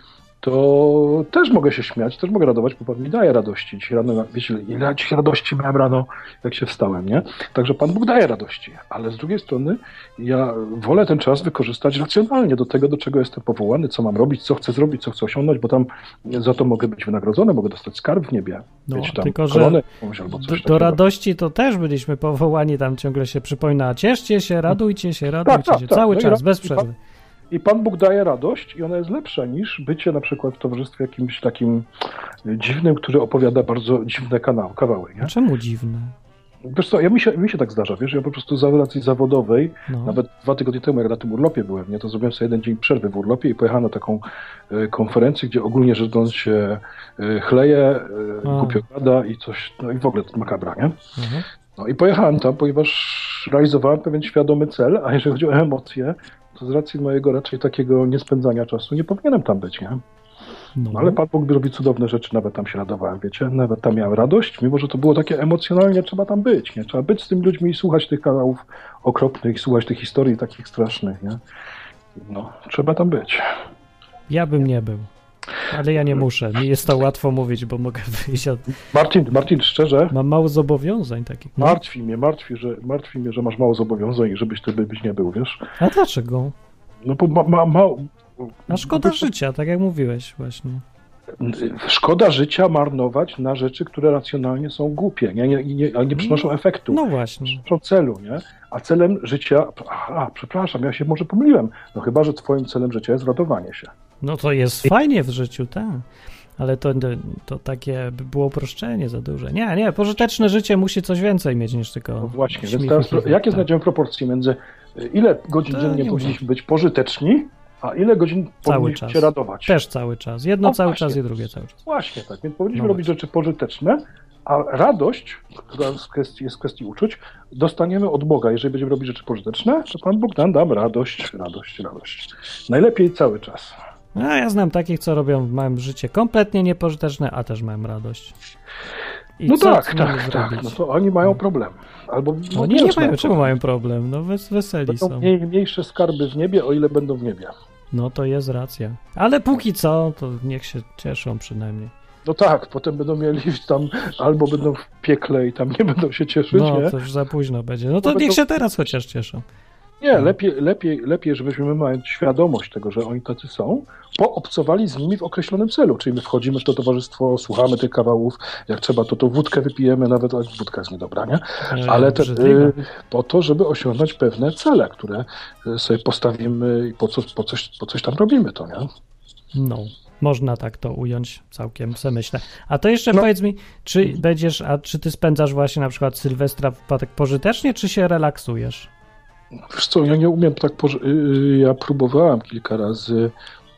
to też mogę się śmiać, też mogę radować, bo Pan mi daje radości. Dzisiaj rano, wiecie, ile dzisiaj radości miałem rano, jak się wstałem, nie? Także Pan Bóg daje radości, ale z drugiej strony ja wolę ten czas wykorzystać racjonalnie do tego, do czego jestem powołany, co mam robić, co chcę zrobić, co chcę osiągnąć, bo tam za to mogę być wynagrodzony, mogę dostać skarb w niebie. No, wiecie, tam tylko, koronę, że albo coś do, takiego. do radości to też byliśmy powołani, tam ciągle się przypomina, cieszcie się, radujcie się, radujcie tak, tak, się, tak. cały No czas, i bez i przerwy. Pan, I Pan Bóg daje radość i ona jest lepsza niż bycie na przykład w towarzystwie jakimś takim dziwnym, który opowiada bardzo dziwne kanał, kawały. Nie? A czemu dziwne? Wiesz co, ja mi, się, mi się tak zdarza, wiesz, ja po prostu z racji zawodowej, No. nawet dwa tygodnie temu, jak na tym urlopie byłem, nie, to zrobiłem sobie jeden dzień przerwy w urlopie i pojechałem na taką y, konferencję, gdzie ogólnie rzecz biorąc się y, chleje, y, głupio gada i coś, no i w ogóle to makabra, nie? Mhm. No i pojechałem tam, ponieważ realizowałem pewien świadomy cel, a jeżeli chodzi o emocje, to z racji mojego raczej takiego niespędzania czasu nie powinienem tam być, nie? No. No, ale Pan Bóg robi cudowne rzeczy, nawet tam się radowałem, wiecie? Nawet tam miałem radość, mimo że to było takie emocjonalnie, trzeba tam być, nie? Trzeba być z tymi ludźmi i słuchać tych kanałów okropnych, słuchać tych historii takich strasznych, nie? No, trzeba tam być. Ja bym nie był, ale ja nie muszę. Mi jest to łatwo mówić, bo mogę wyjść od... Marcin, Marcin, szczerze? Mam mało zobowiązań takich. No. Martwi mnie, martwi, że, martwi mnie, że masz mało zobowiązań i żebyś ty byś nie był, wiesz? A dlaczego? No bo ma, ma, ma, A szkoda no, życia, tak jak mówiłeś właśnie. Szkoda życia marnować na rzeczy, które racjonalnie są głupie, nie, nie, nie, ale nie przynoszą efektu. No właśnie. Przynoszą celu, nie? A celem życia... Aha, przepraszam, ja się może pomyliłem. No chyba, że twoim celem życia jest ratowanie się. No to jest fajnie w życiu, tak. Ale to, to, to takie by było uproszczenie za duże. Nie, nie, pożyteczne życie musi coś więcej mieć niż tylko... No właśnie, śmiech, więc teraz śmiech, jakie tak. znajdziemy proporcje między ile godzin To dziennie nie powinniśmy być pożyteczni, a ile godzin Cały powinniśmy czas. się radować? Też cały czas. Jedno No cały właśnie. czas i drugie cały czas. Właśnie tak, więc powinniśmy No robić rzeczy pożyteczne, a radość, która jest w kwestii, jest w kwestii uczuć, dostaniemy od Boga. Jeżeli będziemy robić rzeczy pożyteczne, to Pan Bóg nam da radość, radość, radość. Najlepiej cały czas. A ja znam takich, co robią w małym życie kompletnie niepożyteczne, a też mają radość. I No co tak, z nimi tak, tak. zrobić? No to oni mają problem. Albo no, Oni nie też mają, czemu problem. mają problem? No wes weseli Będą są. mniej, mniejsze skarby w niebie, o ile będą w niebie. No to jest racja. Ale póki co, to niech się cieszą przynajmniej. No tak, potem będą mieli tam, albo będą w piekle i tam nie będą się cieszyć, No nie? to już za późno będzie. No to Bo niech będą- się teraz chociaż cieszą. Nie, lepiej, lepiej, lepiej, żebyśmy mając świadomość tego, że oni tacy są, poobcowali z nimi w określonym celu, czyli my wchodzimy w to towarzystwo, słuchamy tych kawałów, jak trzeba, to to wódkę wypijemy, nawet ale wódka jest niedobra, nie? Ale te, Brzydliwe. y, po to, żeby osiągnąć pewne cele, które y, sobie postawimy i po, co, po, coś, po coś tam robimy to, nie? No, można tak to ująć całkiem, se myślę. A to jeszcze No. powiedz mi, czy będziesz, a czy ty spędzasz właśnie na przykład Sylwestra w tak pożytecznie, czy się relaksujesz? Wiesz co, ja nie umiem tak, poży- y, ja próbowałem kilka razy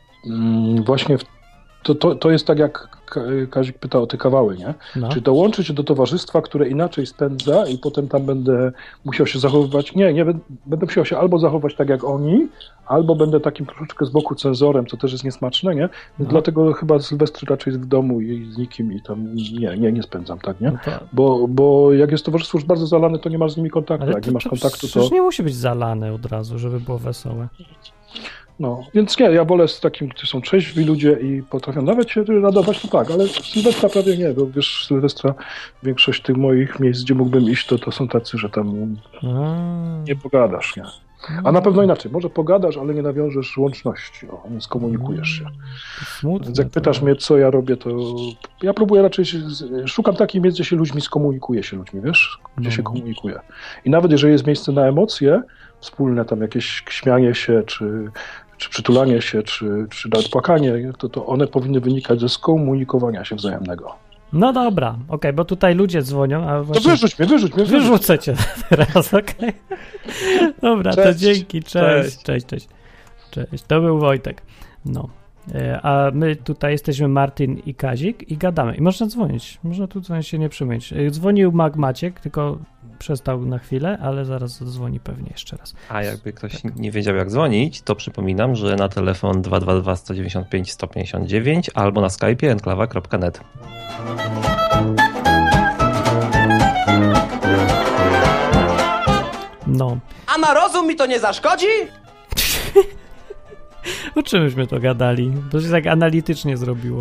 mm, właśnie w, to, to, to jest tak jak Ka- Kazik pytał o te kawały, nie? No. Czy dołączyć do towarzystwa, które inaczej spędza i potem tam będę musiał się zachowywać, nie, nie będę, będę musiał się albo zachować tak jak oni, albo będę takim troszeczkę z boku cenzorem, co też jest niesmaczne, nie? No. Dlatego chyba Sylwestry raczej jest w domu i z nikim i tam nie, nie, nie spędzam, tak, nie? No to, Bo, bo jak jest towarzystwo już bardzo zalane, to nie masz z nimi kontaktu, ale jak to, nie masz to kontaktu, to... przecież nie musi być zalane od razu, żeby było wesołe. No, więc nie, ja wolę z takim, którzy są trzeźwi ludzie i potrafią nawet się radować, to tak, ale Sylwestra prawie nie, bo wiesz, Sylwestra większość tych moich miejsc, gdzie mógłbym iść, to, to są tacy, że tam A. nie pogadasz, nie? A na pewno inaczej, może pogadasz, ale nie nawiążesz łączności, o, nie skomunikujesz się. Smutne, więc jak pytasz to... mnie, co ja robię, to ja próbuję raczej, szukam takich miejsc, gdzie się ludźmi skomunikuje się ludźmi, wiesz, gdzie no. się komunikuje. I nawet jeżeli jest miejsce na emocje wspólne, tam jakieś śmianie się, czy, czy przytulanie się, czy, czy nawet płakanie, to, to one powinny wynikać ze skomunikowania się wzajemnego. No dobra, okej, okay, bo tutaj ludzie dzwonią, a właśnie... To wyrzuć mnie, wyrzuć mnie, wyrzuć. Wyrzucę cię teraz, okej? Okay? Dobra, cześć, to dzięki, cześć, cześć, cześć, cześć. To był Wojtek. No, a my tutaj jesteśmy Martin i Kazik i gadamy. I można dzwonić, można tu dzwonić, się nie przymyć. Dzwonił Mag Maciek, tylko przestał na chwilę, ale zaraz zadzwoni pewnie jeszcze raz. A jakby ktoś tak. nie wiedział jak dzwonić, to przypominam, że na telefon dwa dwa dwa, sto dziewięćdziesiąt pięć, sto pięćdziesiąt dziewięć albo na Skype'ie enklawa kropka net. No. A na rozum mi to nie zaszkodzi? O czymśmy to gadali? To się tak analitycznie zrobiło.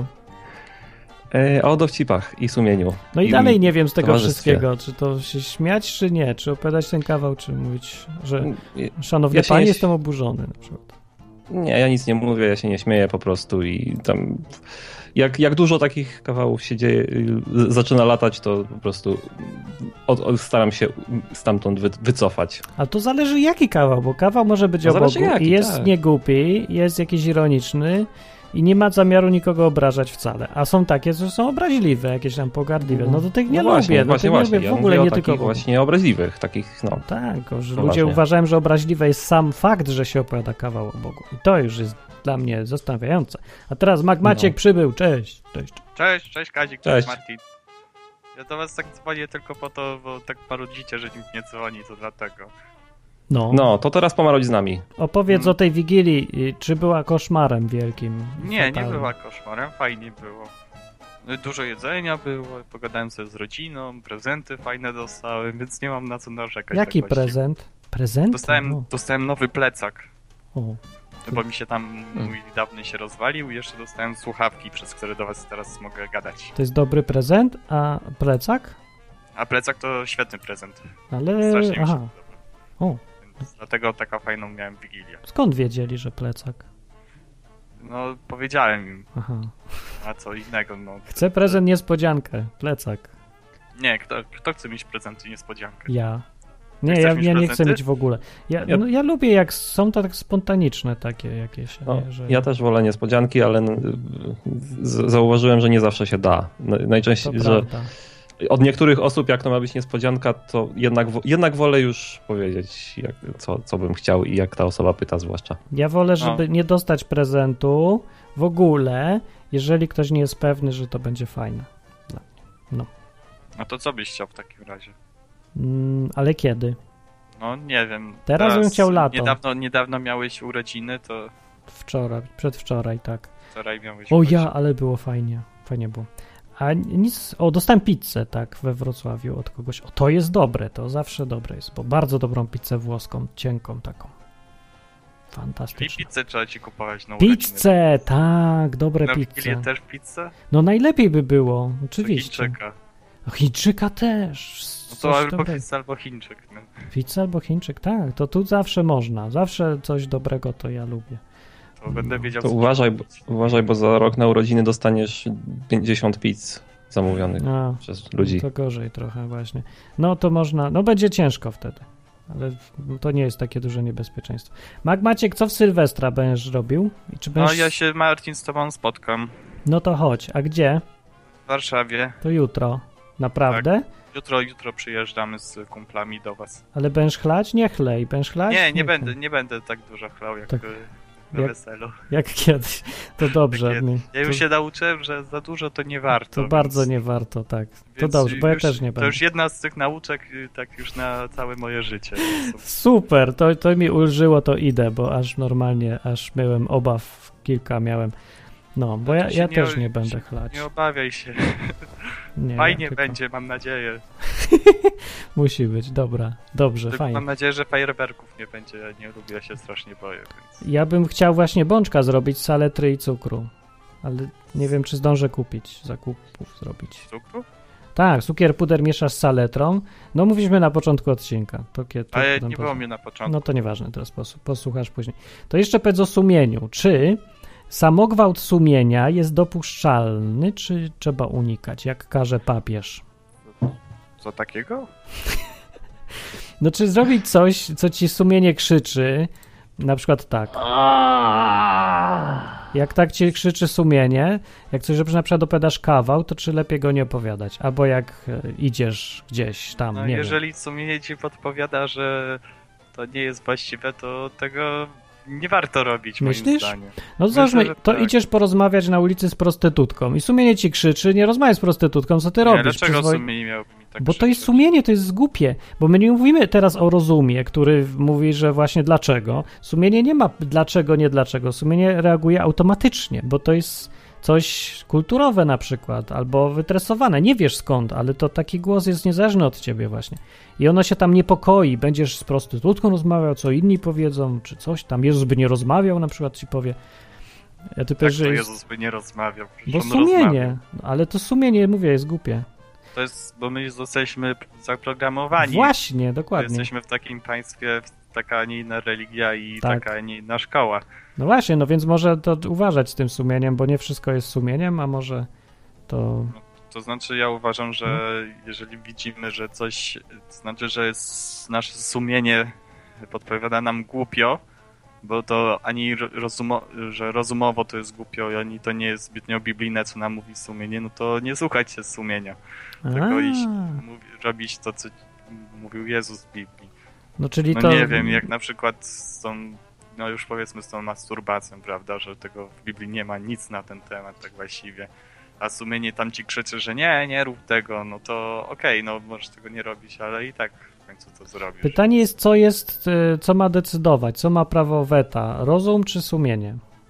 E, o dowcipach i sumieniu. No i, i dalej nie wiem z tego wszystkiego, czy to się śmiać, czy nie, czy opowiadać ten kawał, czy mówić, że szanowny ja panie, nie... jestem oburzony na przykład. Nie, ja nic nie mówię, ja się nie śmieję po prostu i tam jak, jak dużo takich kawałów się dzieje, zaczyna latać, to po prostu od, od, staram się stamtąd wy, wycofać. A to zależy jaki kawał, bo kawał może być o Bogu jaki, i jest tak. niegłupi, jest jakiś ironiczny i nie ma zamiaru nikogo obrażać wcale. A są takie, że są obraźliwe, jakieś tam pogardliwe. No to tych nie no lubię. Właśnie, no właśnie, tych właśnie. nie lubię w ja ogóle, nie o tylko właśnie obraźliwych, takich no. no tak, że ludzie uważają, że obraźliwe jest sam fakt, że się opowiada kawał o Bogu. I to już jest dla mnie zastanawiające. A teraz Mag Maciek no. przybył. Cześć. Cześć. Cześć, cześć Kazik, cześć Martin. Ja do was tak dzwonię tylko po to, bo tak marudzicie, że nikt nie dzwoni, to dlatego. No. no, to teraz pomarudź z nami. Opowiedz hmm. o tej Wigilii. Czy była koszmarem wielkim? Nie, fatalnym? Nie była koszmarem, fajnie było. Dużo jedzenia było, pogadałem sobie z rodziną, prezenty fajne dostałem, więc nie mam na co narzekać. Jaki tak prezent? Prezent? Dostałem, o. dostałem nowy plecak. O. Bo mi się tam mój dawny się rozwalił i jeszcze dostałem słuchawki, przez które do was teraz mogę gadać. To jest dobry prezent, a plecak? A plecak to świetny prezent. Ale... Strasznie Aha. O. Więc dlatego taką fajną miałem Wigilię. Skąd wiedzieli, że plecak? No, powiedziałem im. Aha. A co innego, no. Chcę prezent niespodziankę, plecak. Nie, kto, kto chce mieć prezent i niespodziankę? Ja. Nie, ja, ja nie chcę mieć w ogóle. Ja, ja... No, ja lubię, jak są tak spontaniczne takie jakieś. No, nie, że... Ja też wolę niespodzianki, ale z- zauważyłem, że nie zawsze się da. Najczęściej, że od niektórych osób, jak to ma być niespodzianka, to jednak, jednak wolę już powiedzieć, jak, co, co bym chciał i jak ta osoba pyta zwłaszcza. Ja wolę, żeby no. nie dostać prezentu w ogóle, jeżeli ktoś nie jest pewny, że to będzie fajne. No. A to co byś chciał w takim razie? Mm, ale kiedy? No nie wiem. Teraz, teraz bym chciał lato. Niedawno, niedawno miałeś urodziny, to... Wczoraj, przedwczoraj, tak. Wczoraj miałeś O urodziny. ja, ale było fajnie. Fajnie było. A nic... O, dostałem pizzę, tak, we Wrocławiu od kogoś. O, to jest dobre, to zawsze dobre jest, bo bardzo dobrą pizzę włoską, cienką taką. Fantastyczne. I pizzę trzeba ci kupować na urodziny. Pizzę, tak, dobre pizze. Na Wigilię też pizzę? No najlepiej by było, oczywiście. Chińczyka. Chińczyka też. No to albo pizza, albo Chińczyk. No. Pizza albo Chińczyk, tak, to tu zawsze można. Zawsze coś dobrego to ja lubię. To będę wiedział, to uważaj, bo, uważaj, bo za rok na urodziny dostaniesz pięćdziesiąt pizz zamówionych A, przez ludzi. To gorzej trochę właśnie. No to można, no będzie ciężko wtedy. Ale to nie jest takie duże niebezpieczeństwo. Mag Maciek, co w Sylwestra będziesz robił? I czy będziesz... No ja się, Martin, z tobą spotkam. No to chodź, a gdzie? W Warszawie. To jutro. Naprawdę? Tak. Jutro, jutro przyjeżdżamy z kumplami do was. Ale będziesz chlać? Nie chlej. Będziesz chlać? Nie, nie, nie będę, nie będę tak dużo chlał jak tak, na jak, weselu. Jak kiedyś. To dobrze. Tak ja już to, się nauczyłem, że za dużo to nie warto. To więc, bardzo nie warto, tak. To dobrze, bo już, ja też nie to będę. To już jedna z tych nauczek tak już na całe moje życie. Super, to, to mi ulżyło, to idę, bo aż normalnie, aż miałem obaw, kilka miałem. No, bo ja, ja nie, też nie będę chlać. Nie obawiaj się. Nie, Fajnie ja tylko... będzie, mam nadzieję. Musi być, dobra, dobrze, Tylko fajnie. mam nadzieję, że fajerwerków nie będzie, ja nie lubię, ja się strasznie boję. Więc... Ja bym chciał właśnie bączka zrobić z saletry i cukru, ale nie wiem, czy zdążę kupić, zakupów zrobić. Cukru? Tak, cukier puder mieszasz z saletrą. No mówiliśmy na początku odcinka. To, to, to, Ale to, nie to, było mnie na początku. No to nieważne, teraz posł- posłuchasz później. To jeszcze powiedz o sumieniu. Czy samogwałt sumienia jest dopuszczalny, czy trzeba unikać, jak każe papież? Co takiego? No czy zrobić coś, co ci sumienie krzyczy, na przykład tak. Jak tak ci krzyczy sumienie, jak coś, że na przykład opowiadasz kawał, to czy lepiej go nie opowiadać? Albo jak e, idziesz gdzieś tam, No nie jeżeli wiem. sumienie ci podpowiada, że to nie jest właściwe, to tego nie warto robić, Myślisz? moim zdaniem. No Myślę, załóżmy, że to tak. idziesz porozmawiać na ulicy z prostytutką i sumienie ci krzyczy, nie rozmawiaj z prostytutką, co ty Nie, robisz? dlaczego Przyzwoi- sumienie miałoby mi tak Bo to jest krzyczeć? sumienie, to jest głupie, bo my nie mówimy teraz o rozumie, który mówi, że właśnie dlaczego. Sumienie nie ma dlaczego, nie dlaczego. Sumienie reaguje automatycznie, bo to jest coś kulturowe na przykład, albo wytresowane. Nie wiesz skąd, ale to taki głos jest niezależny od ciebie właśnie. I ono się tam niepokoi. Będziesz z prostytutką rozmawiał, co inni powiedzą, czy coś tam. Jezus by nie rozmawiał, na przykład ci powie. Ja ty Tak, powiesz, to że jest... Jezus by nie rozmawiał. przecież Bo on sumienie, rozmawia. ale to sumienie, mówię, jest głupie. To jest, bo my zostaliśmy zaprogramowani. Właśnie, My dokładnie. jesteśmy w takim państwie, taka, a nie inna religia i Tak. taka, a nie inna szkoła. No właśnie, no więc może to uważać z tym sumieniem, bo nie wszystko jest sumieniem, a może to... To znaczy ja uważam, że Mhm. jeżeli widzimy, że coś, to znaczy, że jest, nasze sumienie podpowiada nam głupio, bo to ani ro- rozumo, że rozumowo to jest głupio, ani to nie jest zbytnio biblijne, co nam mówi sumienie, no to nie słuchać się sumienia. Tylko A, iść, mówi, robić to, co mówił Jezus w Biblii. no czyli No to... nie wiem, jak na przykład z tą, no już powiedzmy z tą masturbacją, prawda, że tego w Biblii nie ma nic na ten temat tak właściwie, a sumienie tam ci krzyczy, że nie, nie rób tego, no to okej, no możesz tego nie robić, ale i tak w końcu to zrobisz. Pytanie jest, co jest, y, co ma decydować, co ma prawo weta, rozum czy sumienie?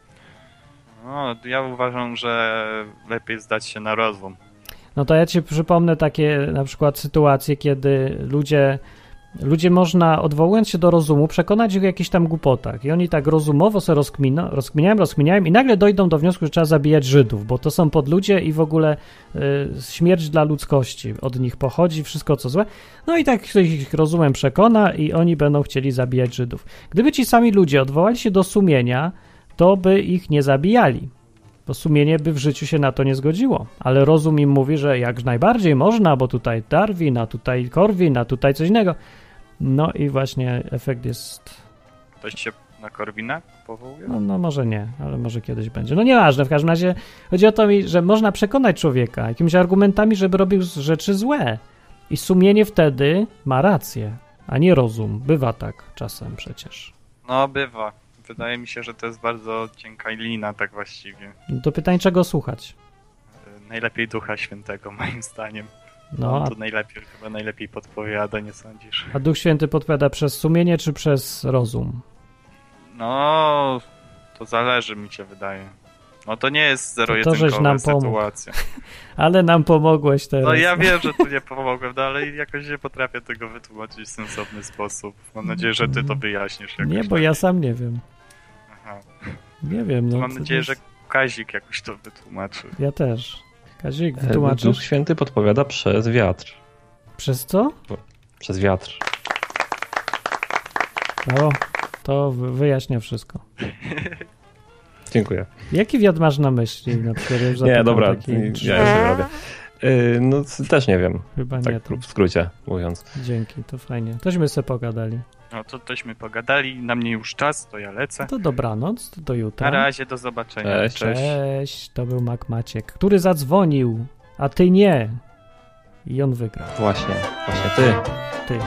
No, ja uważam, że lepiej zdać się na rozum. No to ja ci przypomnę takie na przykład sytuacje, kiedy ludzie, ludzie można, odwołując się do rozumu, przekonać ich o jakichś tam głupotach i oni tak rozumowo sobie rozkmina, rozkminiają, rozkminiają i nagle dojdą do wniosku, że trzeba zabijać Żydów, bo to są podludzie i w ogóle y, śmierć dla ludzkości od nich pochodzi, wszystko co złe. No i tak ktoś ich rozumem przekona i oni będą chcieli zabijać Żydów. Gdyby ci sami ludzie odwołali się do sumienia, to by ich nie zabijali. Bo sumienie by w życiu się na to nie zgodziło. Ale rozum im mówi, że jak najbardziej można, bo tutaj Darwin, a tutaj Korwin, a tutaj coś innego. No i właśnie efekt jest... Ktoś się na Korwina powołuje? No, no może nie, ale może kiedyś będzie. No nieważne, w każdym razie chodzi o to, że można przekonać człowieka jakimiś argumentami, żeby robił rzeczy złe. I sumienie wtedy ma rację, a nie rozum. Bywa tak czasem przecież. No, bywa. Wydaje mi się, że to jest bardzo cienka lina, tak właściwie. No to pytanie, czego słuchać? Najlepiej Ducha Świętego, moim zdaniem. No, On a, to najlepiej, chyba najlepiej podpowiada, nie sądzisz? a Duch Święty podpowiada przez sumienie czy przez rozum? No, to zależy, mi się wydaje. No to nie jest To- to zero-jedynkowa żeś nam pomógł. sytuacja. Ale nam pomogłeś teraz. No ja wiem, że tu nie pomogłem, no, ale jakoś nie potrafię tego wytłumaczyć w sensowny sposób. Mam nadzieję, że ty to wyjaśnisz jakoś. Nie, bo lepiej. ja sam nie wiem. Aha. Nie wiem. To No, mam to nadzieję, jest- że Kazik jakoś to wytłumaczy. Ja też. Kazik, Duch wytłumaczysz? Święty podpowiada przez wiatr. Przez co? Przez wiatr. O, to wy- wyjaśnia wszystko. Dziękuję. Jaki wiatr masz na myśli? Na przykład już Nie, zapytam dobra, taki, ja czy- już to robię. Yy, no też nie wiem, Chyba nie. tak To. w skrócie mówiąc. Dzięki, to fajnie. Tośmy sobie pogadali. No to tośmy pogadali, na mnie już czas, to ja lecę. To dobranoc, to do jutra. Na razie, do zobaczenia. Cześć. Cześć, to był Mac Maciek, który zadzwonił, a ty nie. I on wygrał. Właśnie, właśnie ty. Ty.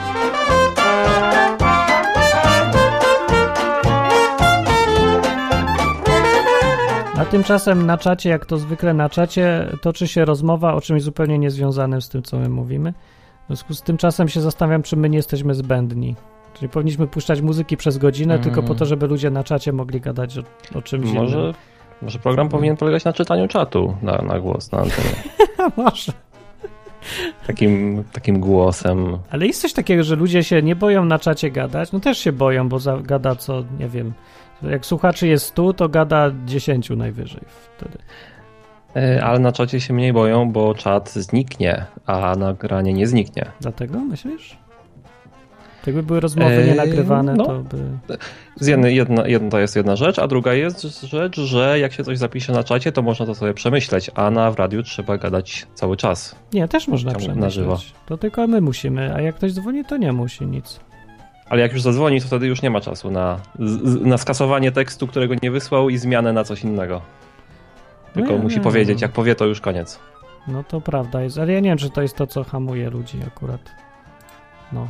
A tymczasem na czacie, jak to zwykle na czacie, toczy się rozmowa o czymś zupełnie niezwiązanym z tym, co my mówimy. W związku z tym czasem się zastanawiam, czy my nie jesteśmy zbędni. Czyli powinniśmy puszczać muzyki przez godzinę, Mm. tylko po to, żeby ludzie na czacie mogli gadać o, o czymś innym. Może, może program powinien polegać na czytaniu czatu na, na głos, na antenie. Może. takim, takim głosem. Ale jest coś takiego, że ludzie się nie boją na czacie gadać? No też się boją, bo za, gada co, nie wiem, jak słuchaczy jest stu, to gada dziesięciu najwyżej wtedy. Ale na czacie się mniej boją, bo czat zniknie, a nagranie nie zniknie. Dlatego myślisz? Jakby były rozmowy nienagrywane, no, to by... Z jednej, jedna, jedna, to jest jedna rzecz, a druga jest rzecz, że jak się coś zapisze na czacie, to można to sobie przemyśleć, a na w radiu trzeba gadać cały czas. Nie, też można tam przemyśleć. Na żywo. To tylko my musimy, a jak ktoś dzwoni, to nie musi nic. Ale jak już zadzwoni, to wtedy już nie ma czasu na, na skasowanie tekstu, którego nie wysłał i zmianę na coś innego. Tylko nie, musi nie, powiedzieć, nie. jak powie, to już koniec. No to prawda jest, ale ja nie wiem, czy to jest to, co hamuje ludzi akurat. No.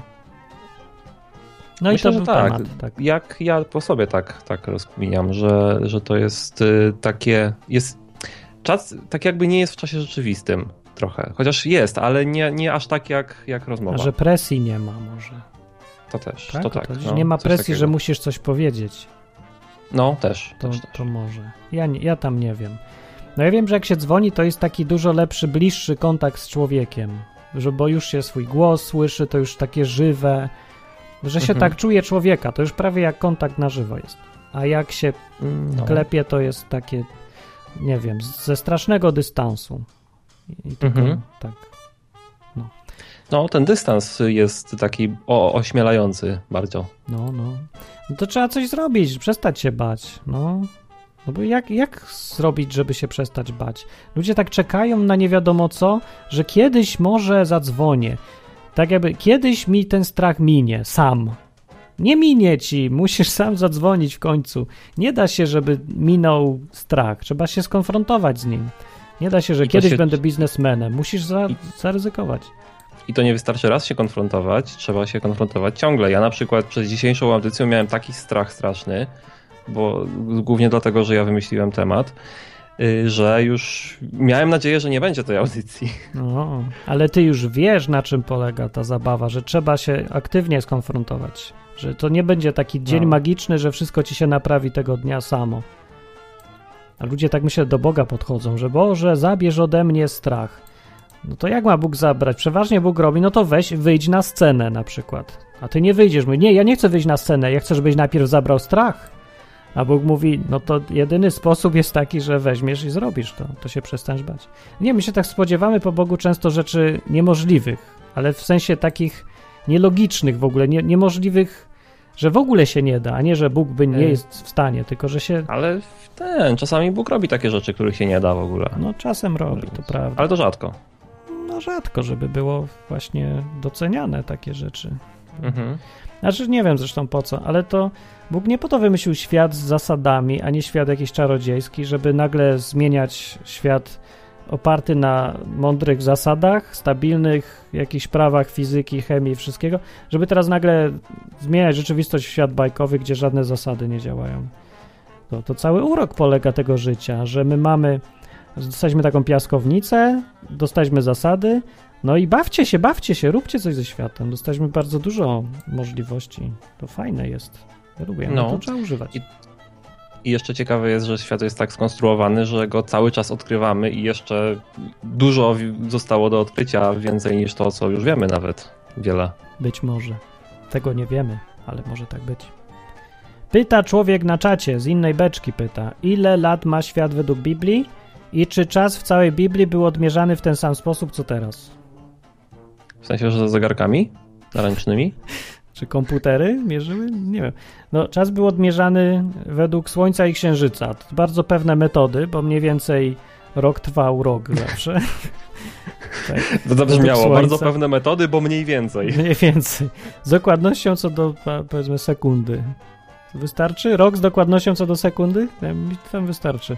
No Myślę, i to że był tak. temat, tak. Jak ja po sobie tak, tak rozkminiam, że, że to jest y, takie... jest czas tak jakby nie jest w czasie rzeczywistym trochę. Chociaż jest, ale nie, nie aż tak jak, jak rozmowa. A że presji nie ma może. To też, Tak? to tak. To no, nie ma presji, takiego. że musisz coś powiedzieć. No, też. To, też, też. to może. Ja, nie, ja tam nie wiem. No ja wiem, że jak się dzwoni, to jest taki dużo lepszy, bliższy kontakt z człowiekiem. Że, bo już się swój głos słyszy, to już takie żywe, że się Mhm. tak czuje człowieka. To już prawie jak kontakt na żywo jest. A jak się No. klepie, to jest takie, nie wiem, ze strasznego dystansu. I tylko Mhm. tak. No, ten dystans jest taki o, ośmielający bardzo. No, no. No to trzeba coś zrobić, przestać się bać. No. No bo jak, jak zrobić, żeby się przestać bać? Ludzie tak czekają na nie wiadomo co, że kiedyś może zadzwonię. Tak jakby kiedyś mi ten strach minie, sam. Nie minie ci, musisz sam zadzwonić w końcu. Nie da się, żeby minął strach. Trzeba się skonfrontować z nim. Nie da się, że I to kiedyś się- będę biznesmenem. Musisz za, I- zaryzykować. I to nie wystarczy raz się konfrontować, trzeba się konfrontować ciągle. Ja na przykład przez dzisiejszą audycję miałem taki strach straszny, bo głównie dlatego, że ja wymyśliłem temat, y, że już miałem nadzieję, że nie będzie tej audycji. No, ale ty już wiesz, na czym polega ta zabawa, że trzeba się aktywnie skonfrontować. Że to nie będzie taki dzień No. magiczny, że wszystko ci się naprawi tego dnia samo. A ludzie tak myślę do Boga podchodzą, że Boże, zabierz ode mnie strach. No to jak ma Bóg zabrać? Przeważnie Bóg robi, no to weź, wyjdź na scenę na przykład. A ty nie wyjdziesz. Mówi, nie, ja nie chcę wyjść na scenę, ja chcę, żebyś najpierw zabrał strach. A Bóg mówi, no to jedyny sposób jest taki, że weźmiesz i zrobisz to, to się przestaniesz bać. Nie, my się tak spodziewamy po Bogu często rzeczy niemożliwych, ale w sensie takich nielogicznych w ogóle, nie, niemożliwych, że w ogóle się nie da, a nie, że Bóg by nie Ej. jest w stanie, tylko że się... Ale ten, czasami Bóg robi takie rzeczy, których się nie da w ogóle. No czasem robi, to prawda. Ale to rzadko. No rzadko, żeby było właśnie doceniane takie rzeczy. Mhm. Znaczy nie wiem zresztą po co, ale to Bóg nie po to wymyślił świat z zasadami, a nie świat jakiś czarodziejski, żeby nagle zmieniać świat oparty na mądrych zasadach, stabilnych jakichś prawach fizyki, chemii, wszystkiego, żeby teraz nagle zmieniać rzeczywistość w świat bajkowy, gdzie żadne zasady nie działają. To, to cały urok polega tego życia, że my mamy, dostaliśmy taką piaskownicę, dostaliśmy zasady, no i bawcie się, bawcie się, róbcie coś ze światem. Dostaliśmy bardzo dużo możliwości. To fajne jest. Ja lubię, no, No. to trzeba używać. I- I jeszcze ciekawe jest, że świat jest tak skonstruowany, że go cały czas odkrywamy i jeszcze dużo wi- zostało do odkrycia, więcej niż to, co już wiemy nawet. Wiele. Być może. Tego nie wiemy, ale może tak być. Pyta człowiek na czacie, z innej beczki pyta, ile lat ma świat według Biblii i czy czas w całej Biblii był odmierzany w ten sam sposób, co teraz? W sensie, że ze zegarkami naręcznymi? Czy komputery mierzyły? Nie wiem. No, czas był odmierzany według Słońca i Księżyca. To bardzo pewne metody, bo mniej więcej rok trwał rok zawsze. Tak. To zabrzmiało. Według Bardzo Słońca. pewne metody, bo mniej więcej. Mniej więcej. Z dokładnością co do, pa- powiedzmy, sekundy. Wystarczy? Rok z dokładnością co do sekundy? Nie, mi tam wystarczy.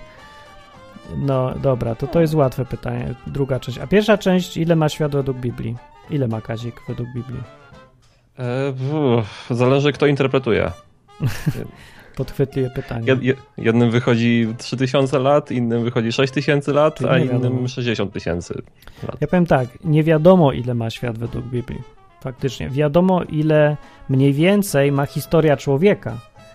No, dobra, to to jest łatwe pytanie. Druga część. A pierwsza część, ile ma świat według Biblii? Ile ma Kazik według Biblii? E, uff, zależy, kto interpretuje. Podchwytliwe pytanie. Jed, jed, jednym wychodzi trzy tysiące lat, innym wychodzi sześć tysięcy lat, Ty a nie innym wiadomo. sześćdziesiąt tysięcy lat. Ja powiem tak, nie wiadomo ile ma świat według Biblii. Faktycznie. Wiadomo ile mniej więcej ma historia człowieka.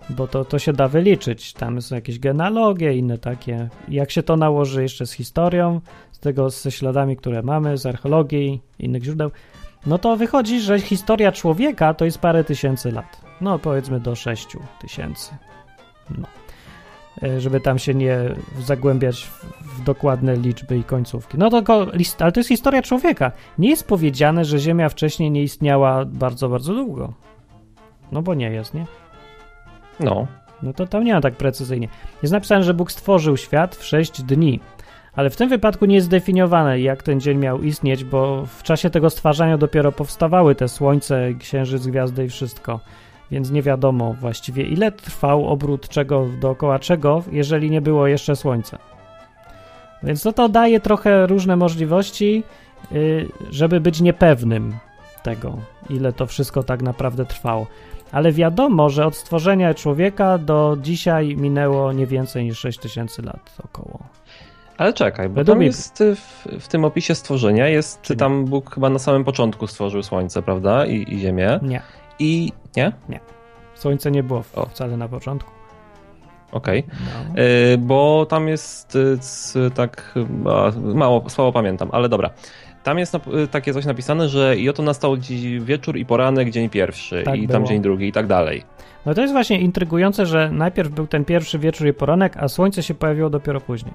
bo to, to się da wyliczyć. Tam są jakieś genealogie, inne takie. Jak się to nałoży jeszcze z historią, z tego ze śladami, które mamy, z archeologii, innych źródeł, no to wychodzi, że historia człowieka to jest parę tysięcy lat. No powiedzmy do sześciu tysięcy. No. Żeby tam się nie zagłębiać w, w dokładne liczby i końcówki. No to, ale to jest historia człowieka. Nie jest powiedziane, że Ziemia wcześniej nie istniała bardzo, bardzo długo. No bo nie jest, nie? No. No to tam nie ma tak precyzyjnie. Jest napisane, że Bóg stworzył świat w sześć dni. Ale w tym wypadku nie jest zdefiniowane, jak ten dzień miał istnieć, bo w czasie tego stwarzania dopiero powstawały te słońce, księżyc, gwiazdy i wszystko. Więc nie wiadomo właściwie, ile trwał obrót czego dookoła czego, jeżeli nie było jeszcze słońca. Więc to, to daje trochę różne możliwości, żeby być niepewnym tego, ile to wszystko tak naprawdę trwało. Ale wiadomo, że od stworzenia człowieka do dzisiaj minęło nie więcej niż sześć tysięcy lat około. Ale czekaj, bo tam jest w, w tym opisie stworzenia jest, czy tam Bóg chyba na samym początku stworzył Słońce, prawda? I, i Ziemię. Nie. I nie? Nie. Słońce nie było w, wcale na początku. Okej. Okay. No. Y, bo tam jest y, tak a, mało, słabo pamiętam, ale dobra. Tam jest na, y, takie coś napisane, że i oto nastał dziś wieczór i poranek, dzień pierwszy tak i było. Tam dzień drugi i tak dalej. No to jest właśnie intrygujące, że najpierw był ten pierwszy wieczór i poranek, a słońce się pojawiło dopiero później.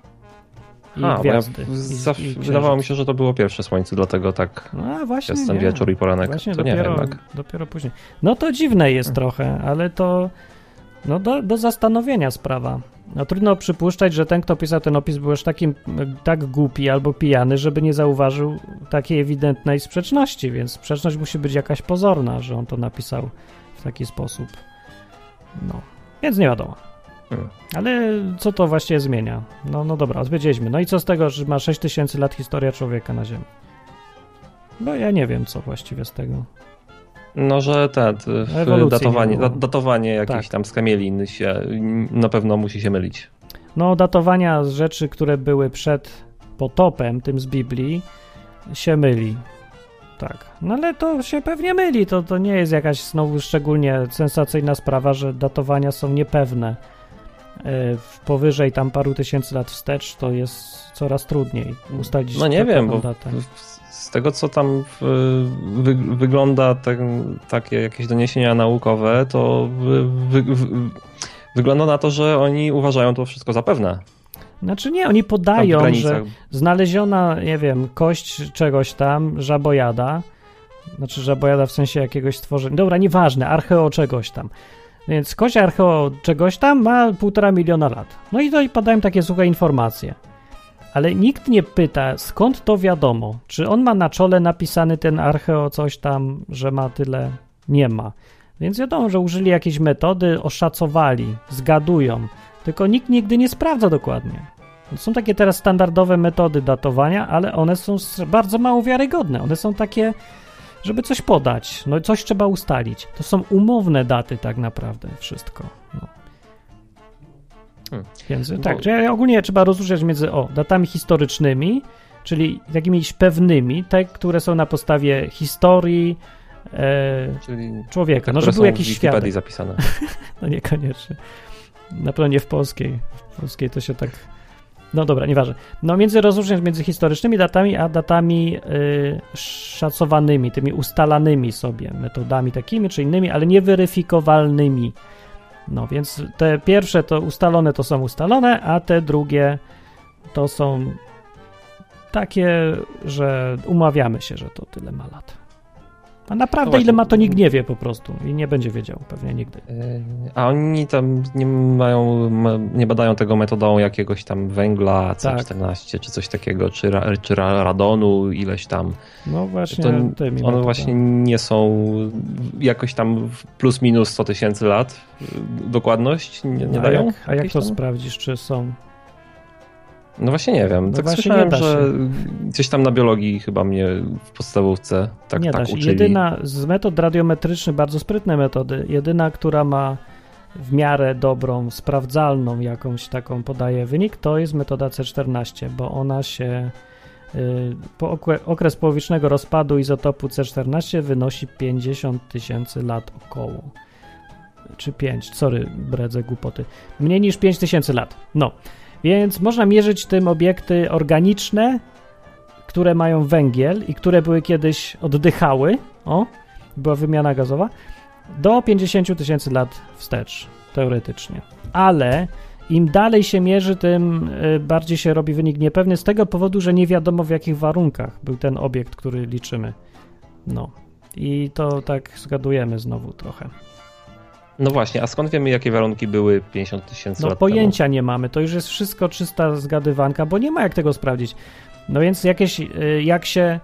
I a, gwiazdy. Ja zawsze i, i wydawało mi się, że to było pierwsze słońce, dlatego tak no, właśnie jest ten nie. wieczór i poranek. Właśnie to dopiero, nie wiem, jak. dopiero później. No to dziwne jest hmm. trochę, ale to no do, do zastanowienia sprawa. No trudno przypuszczać, że ten, kto pisał ten opis, był już takim tak głupi albo pijany, żeby nie zauważył takiej ewidentnej sprzeczności, więc sprzeczność musi być jakaś pozorna, że on to napisał w taki sposób. No, więc nie wiadomo. Hmm. Ale co to właściwie zmienia? No, no dobra, odpowiedzieliśmy. No i co z tego, że ma sześć tysięcy lat historia człowieka na Ziemi? Bo ja nie wiem, co właściwie z tego. No, że te, datowanie, datowanie jakichś tak. tam skamielin się na pewno musi się mylić. No, datowania rzeczy, które były przed potopem, tym z Biblii, się myli. Tak. No ale to się pewnie myli. To, to nie jest jakaś znowu szczególnie sensacyjna sprawa, że datowania są niepewne. W powyżej tam paru tysięcy lat wstecz to jest coraz trudniej ustalić. No nie wiem, bo datę. Z tego co tam wy, wygląda ten, takie jakieś doniesienia naukowe, to wy, wy, wy, wygląda na to, że oni uważają to wszystko za pewne. Znaczy nie, oni podają, że znaleziona, nie wiem, kość czegoś tam, żabojada, znaczy żabojada w sensie jakiegoś stworzenia, dobra, nieważne, archeo czegoś tam. Więc kość archeo czegoś tam ma półtora miliona lat. No i to i padają takie suche informacje. Ale nikt nie pyta, skąd to wiadomo. Czy on ma na czole napisany ten archeo coś tam, że ma tyle? Nie ma. Więc wiadomo, że użyli jakiejś metody, oszacowali, zgadują. Tylko nikt nigdy nie sprawdza dokładnie. Są takie teraz standardowe metody datowania, ale one są bardzo mało wiarygodne. One są takie, żeby coś podać. No coś trzeba ustalić. To są umowne daty tak naprawdę wszystko. No. Hmm. Więc Bo... tak, że ogólnie trzeba rozróżniać między o, datami historycznymi, czyli jakimiś pewnymi, te, które są na podstawie historii e, człowieka. Te, no, żeby był jakiś w Wikipedii świadek. zapisane. No niekoniecznie. Na pewno nie w polskiej. W polskiej to się tak... No dobra, nieważne. No między rozróżniać między historycznymi datami, a datami y, szacowanymi, tymi ustalanymi sobie metodami takimi czy innymi, ale nieweryfikowalnymi. No więc te pierwsze to ustalone to są ustalone, a te drugie to są takie, że umawiamy się, że to tyle ma lat. A naprawdę no właśnie, ile ma, to nikt nie wie po prostu i nie będzie wiedział pewnie nigdy. A oni tam nie mają, nie badają tego metodą jakiegoś tam węgla C czternaście tak. czy coś takiego, czy, czy radonu ileś tam. No właśnie. To one właśnie nie są jakoś tam plus minus sto tysięcy lat dokładność nie, nie a dają? Jak, a jak to tam? sprawdzisz, czy są? No właśnie nie wiem. No tak słyszałem, że gdzieś tam na biologii chyba mnie w podstawówce tak, nie tak uczyli. Jedyna z metod radiometrycznych, bardzo sprytne metody, jedyna, która ma w miarę dobrą, sprawdzalną jakąś taką podaje wynik, to jest metoda C czternaście, bo ona się y, po okres połowicznego rozpadu izotopu C czternaście wynosi pięćdziesiąt tysięcy lat około. czy pięć, sorry, bredzę głupoty, mniej niż pięć tysięcy lat. No, więc można mierzyć tym obiekty organiczne, które mają węgiel i które były kiedyś oddychały, o, była wymiana gazowa, do pięćdziesiąt tysięcy lat wstecz, teoretycznie. Ale im dalej się mierzy, tym bardziej się robi wynik niepewny z tego powodu, że nie wiadomo w jakich warunkach był ten obiekt, który liczymy. No i to tak zgadujemy znowu trochę. No właśnie, a skąd wiemy, jakie warunki były pięćdziesiąt tysięcy no, lat pojęcia temu? nie mamy, to już jest wszystko czysta zgadywanka, bo nie ma jak tego sprawdzić. No więc jakieś, jak się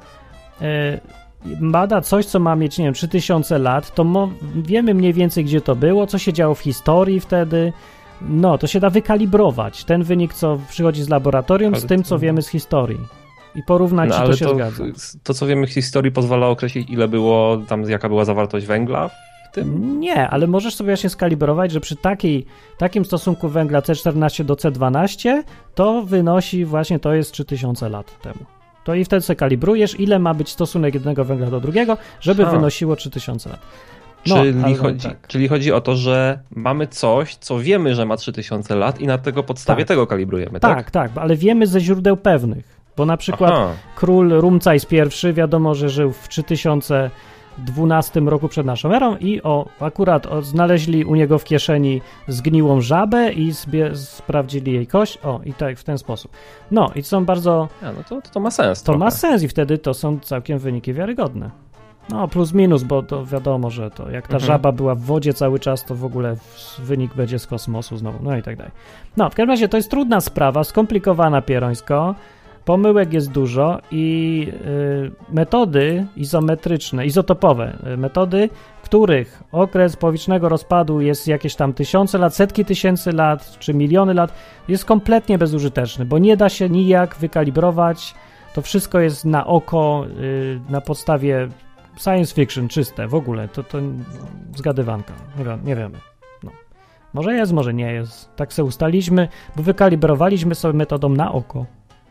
bada coś, co ma mieć, nie wiem, trzy tysiące lat, to mo- wiemy mniej więcej, gdzie to było, co się działo w historii wtedy. No, to się da wykalibrować. Ten wynik, co przychodzi z laboratorium, ale z tym, co to... wiemy z historii. I porównać, no, czy to się to, zgadza. To, co wiemy z historii, pozwala określić, ile było tam, jaka była zawartość węgla w tym? Nie, ale możesz sobie właśnie skalibrować, że przy takiej, takim stosunku węgla C czternaście do C dwanaście to wynosi właśnie, to jest trzy tysiące lat temu. To i wtedy sobie kalibrujesz, ile ma być stosunek jednego węgla do drugiego, żeby ha. wynosiło trzy tysiące lat. No, czyli, chodzi, tak. czyli chodzi o to, że mamy coś, co wiemy, że ma trzy tysiące lat i na tego podstawie tak. tego kalibrujemy, tak? Tak, tak, ale wiemy ze źródeł pewnych, bo na przykład Aha. król Rumcajs I wiadomo, że żył w trzy tysiące dwunastym roku przed naszą erą i o, akurat o, znaleźli u niego w kieszeni zgniłą żabę i zbie- sprawdzili jej kość, o i tak w ten sposób. No i są bardzo... Ja, no to, to, to ma sens. To trochę. ma sens i wtedy to są całkiem wyniki wiarygodne. No plus minus, bo to wiadomo, że to jak ta mhm. żaba była w wodzie cały czas, to w ogóle wynik będzie z kosmosu znowu, no i tak dalej. No w każdym razie to jest trudna sprawa, skomplikowana pierońsko, pomyłek jest dużo i y, metody izometryczne, izotopowe, y, metody, w których okres połowicznego rozpadu jest jakieś tam tysiące lat, setki tysięcy lat czy miliony lat, jest kompletnie bezużyteczny, bo nie da się nijak wykalibrować, to wszystko jest na oko, y, na podstawie science fiction czyste w ogóle, to, to zgadywanka, nie, wiem, nie wiemy. No. Może jest, może nie jest, tak sobie ustaliśmy, bo wykalibrowaliśmy sobie metodą na oko.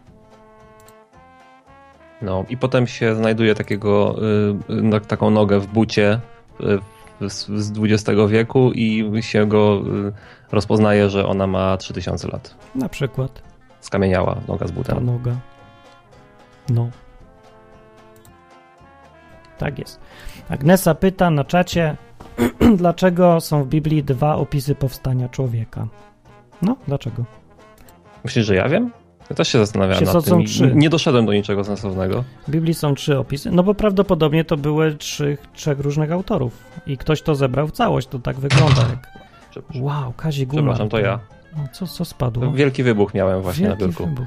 No i potem się znajduje takiego, y, taką nogę w bucie y, z, z dwudziestego wieku i się go y, rozpoznaje, że ona ma trzy tysiące lat. Na przykład. Skamieniała noga z butem. Ta noga. No. Tak jest. Agnesa pyta na czacie, dlaczego są w Biblii dwa opisy powstania człowieka. No, dlaczego? Myślisz, że ja wiem? Ja też się zastanawiałem nad tym. Trzy. Nie doszedłem do niczego sensownego. W Biblii są trzy opisy, no bo prawdopodobnie to były trzy, trzech różnych autorów i ktoś to zebrał w całość, to tak wygląda jak... Wow, Kazi Guma. Przepraszam, to ja. No, co, co spadło? Wielki wybuch miałem właśnie Wielki na biurku. Wybuch.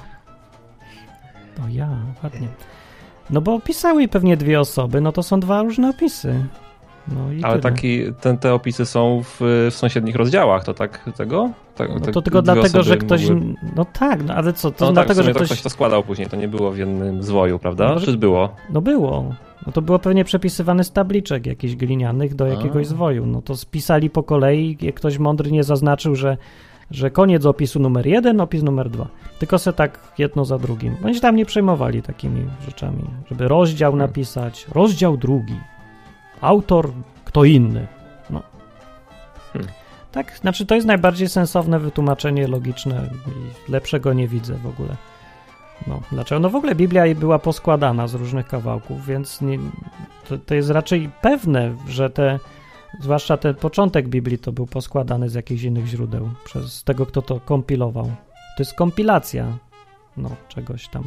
To ja, ładnie. No bo opisały pewnie dwie osoby, no to są dwa różne opisy. No i ale tyle. taki, ten, te opisy są w, w sąsiednich rozdziałach, to tak tego? Tak, no tak to tylko dlatego, że ktoś... Mogły... No tak, no ale co? To no dlatego, tak, że ktoś... ktoś... ktoś to składał później, to nie było w jednym zwoju, prawda? No, czy było? No było. No to było pewnie przepisywane z tabliczek jakichś glinianych do jakiegoś A. zwoju. No to spisali po kolei, jak ktoś mądry nie zaznaczył, że że koniec opisu numer jeden, opis numer dwa. Tylko se tak jedno za drugim. Oni się tam nie przejmowali takimi rzeczami, żeby rozdział hmm. napisać, rozdział drugi, autor kto inny. No. Hmm. Tak, znaczy to jest najbardziej sensowne wytłumaczenie logiczne i lepszego nie widzę w ogóle. No, dlaczego? No w ogóle Biblia była poskładana z różnych kawałków, więc nie, to, to jest raczej pewne, że te zwłaszcza ten początek Biblii to był poskładany z jakichś innych źródeł przez tego, kto to kompilował. To jest kompilacja no, czegoś tam.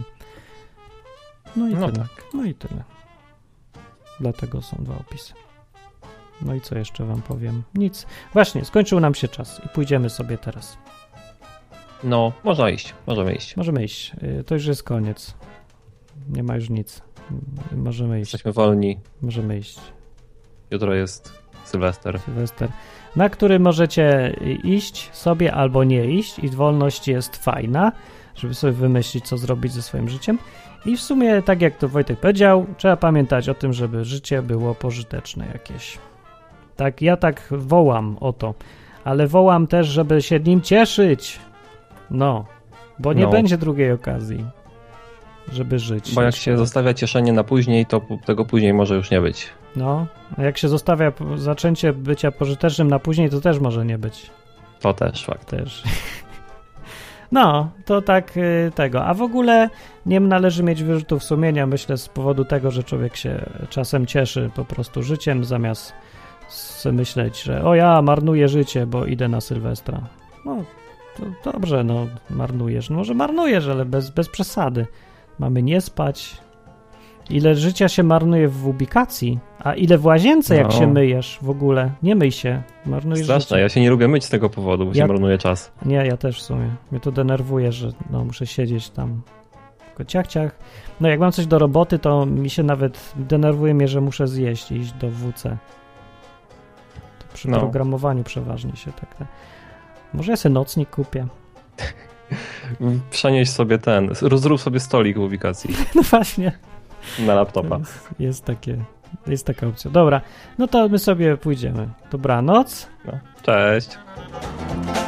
No i no tyle. Tak. No i tyle. Dlatego są dwa opisy. No i co jeszcze wam powiem? Nic. Właśnie, skończył nam się czas i pójdziemy sobie teraz. No, można iść. Możemy iść. Możemy iść. To już jest koniec. Nie ma już nic. Możemy iść. Jesteśmy wolni. Możemy iść. Jutro jest Sylwester. Sylwester, na który możecie iść sobie albo nie iść i wolność jest fajna, żeby sobie wymyślić, co zrobić ze swoim życiem. I w sumie, tak jak to Wojtek powiedział, trzeba pamiętać o tym, żeby życie było pożyteczne jakieś. Tak, ja tak wołam o to, ale wołam też, żeby się nim cieszyć. No, bo nie no. będzie drugiej okazji. żeby żyć. Bo jak się zostawia cieszenie na później, to tego później może już nie być. No, a jak się zostawia zaczęcie bycia pożytecznym na później, to też może nie być. To też, fakt. Też. No, to tak y, tego. A w ogóle nie należy mieć wyrzutów sumienia, myślę, z powodu tego, że człowiek się czasem cieszy po prostu życiem, zamiast myśleć, że o ja marnuję życie, bo idę na Sylwestra. No, to dobrze, no, marnujesz. No, może marnujesz, ale bez, bez przesady. Mamy nie spać. Ile życia się marnuje w ubikacji, a ile w łazience, jak no. się myjesz w ogóle. Nie myj się, marnujesz Straszne, życie. Ja się nie lubię myć z tego powodu, bo ja... się marnuje czas. Nie, ja też w sumie. Mnie to denerwuje, że no, muszę siedzieć tam tylko ciach, ciach. No jak mam coś do roboty, to mi się nawet denerwuje mnie, że muszę zjeść i iść do W C. To przy no. programowaniu przeważnie się tak... Może ja sobie nocnik kupię. Przenieś sobie ten, rozrób sobie stolik w ubikacji. No właśnie. Na laptopa. Jest, jest takie, jest taka opcja. Dobra, no to my sobie pójdziemy. Dobranoc. No, cześć.